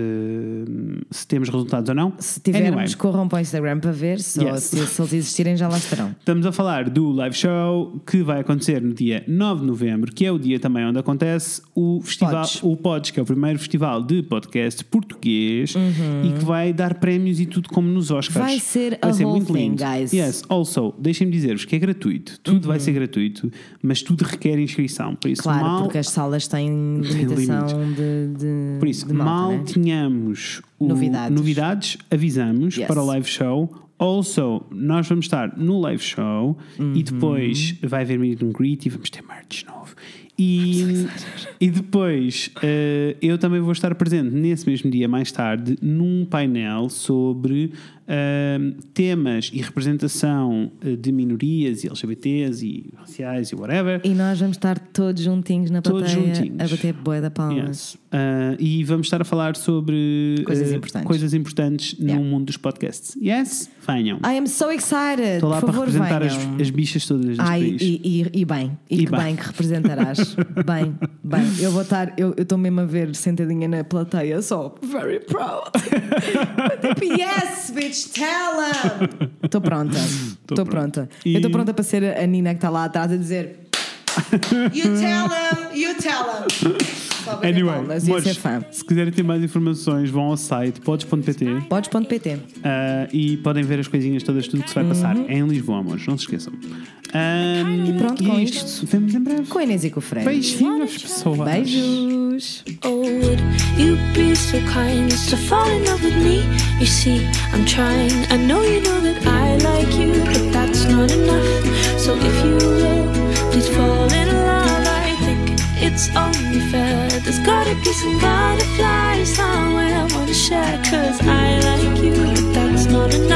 uh, se temos resultados ou não.
Se tivermos,
Anyway,
corram para o Instagram para ver. Só
Yes.
se, se eles existirem, já lá estarão.
estamos a falar do live show que vai acontecer no dia nove de novembro, que é o dia também onde acontece o festival,
Pods.
o Pods, que é o primeiro festival de podcast português e que vai dar prémios e tudo como nos Oscars.
Uhum. Vai ser
vai
a
ser
whole
muito
thing,
lindo.
guys.
Yes, also, deixem-me dizer-vos que é gratuito. Tudo vai
Uhum.
ser gratuito, mas tudo requer inscrição. Por isso,
Claro,
mal,
porque as salas têm limitação de, de,
por isso,
de malta,
mal
né?
tínhamos o-
Novidades.
novidades, avisamos
Yes.
para o live show. Also, nós vamos estar no live show
Uhum.
e depois vai haver meet and greet e vamos ter merch novo. E, e depois eh, eu também vou estar presente nesse mesmo dia, mais tarde, num painel sobre eh, temas e representação eh, de minorias e L G B Ts e raciais e whatever.
E nós vamos estar todos juntinhos na
Todos
plateia
juntinhos.
a bater boi da palmas.
Yes. Uh, e vamos estar a falar sobre
Coisas
uh,
importantes.
coisas importantes
Yeah.
no mundo dos podcasts. Yes? Venham.
I am so excited.
Estou lá
Por
para
favor,
representar as,
venham.
as bichas todas deste
Ai,
país.
e, e, e bem, e,
E
que
bem.
bem. que representarás. bem, bem. Eu vou estar, eu estou mesmo a ver sentadinha na plateia, só very proud. tipo, yes, bitch, tell them. Estou pronta, estou pronta.
E-
Eu estou pronta para ser a Nina que está lá atrás a dizer you tell them, you tell them. Só bater
Anyway,
palmas e a
mas,
ser fã.
se quiserem ter mais informações, vão ao site pods ponto pt uh,
Podes.pt.
e podem ver as coisinhas todas, tudo que se vai passar em Lisboa, amores, não se esqueçam. Um,
E pronto, com
é
isto.
Vemos em breve.
Com a Inês e com o Fred.
Beijinhos, pessoas.
Beijos.
Oh, would you be so kind as to fall in love with me? You see, I'm trying. I know you know that I like you, but that's not enough. So if you will, please fall in love. I think it's only fair. There's gotta be some butterflies somewhere I wanna share. Cause I like you, but that's not enough.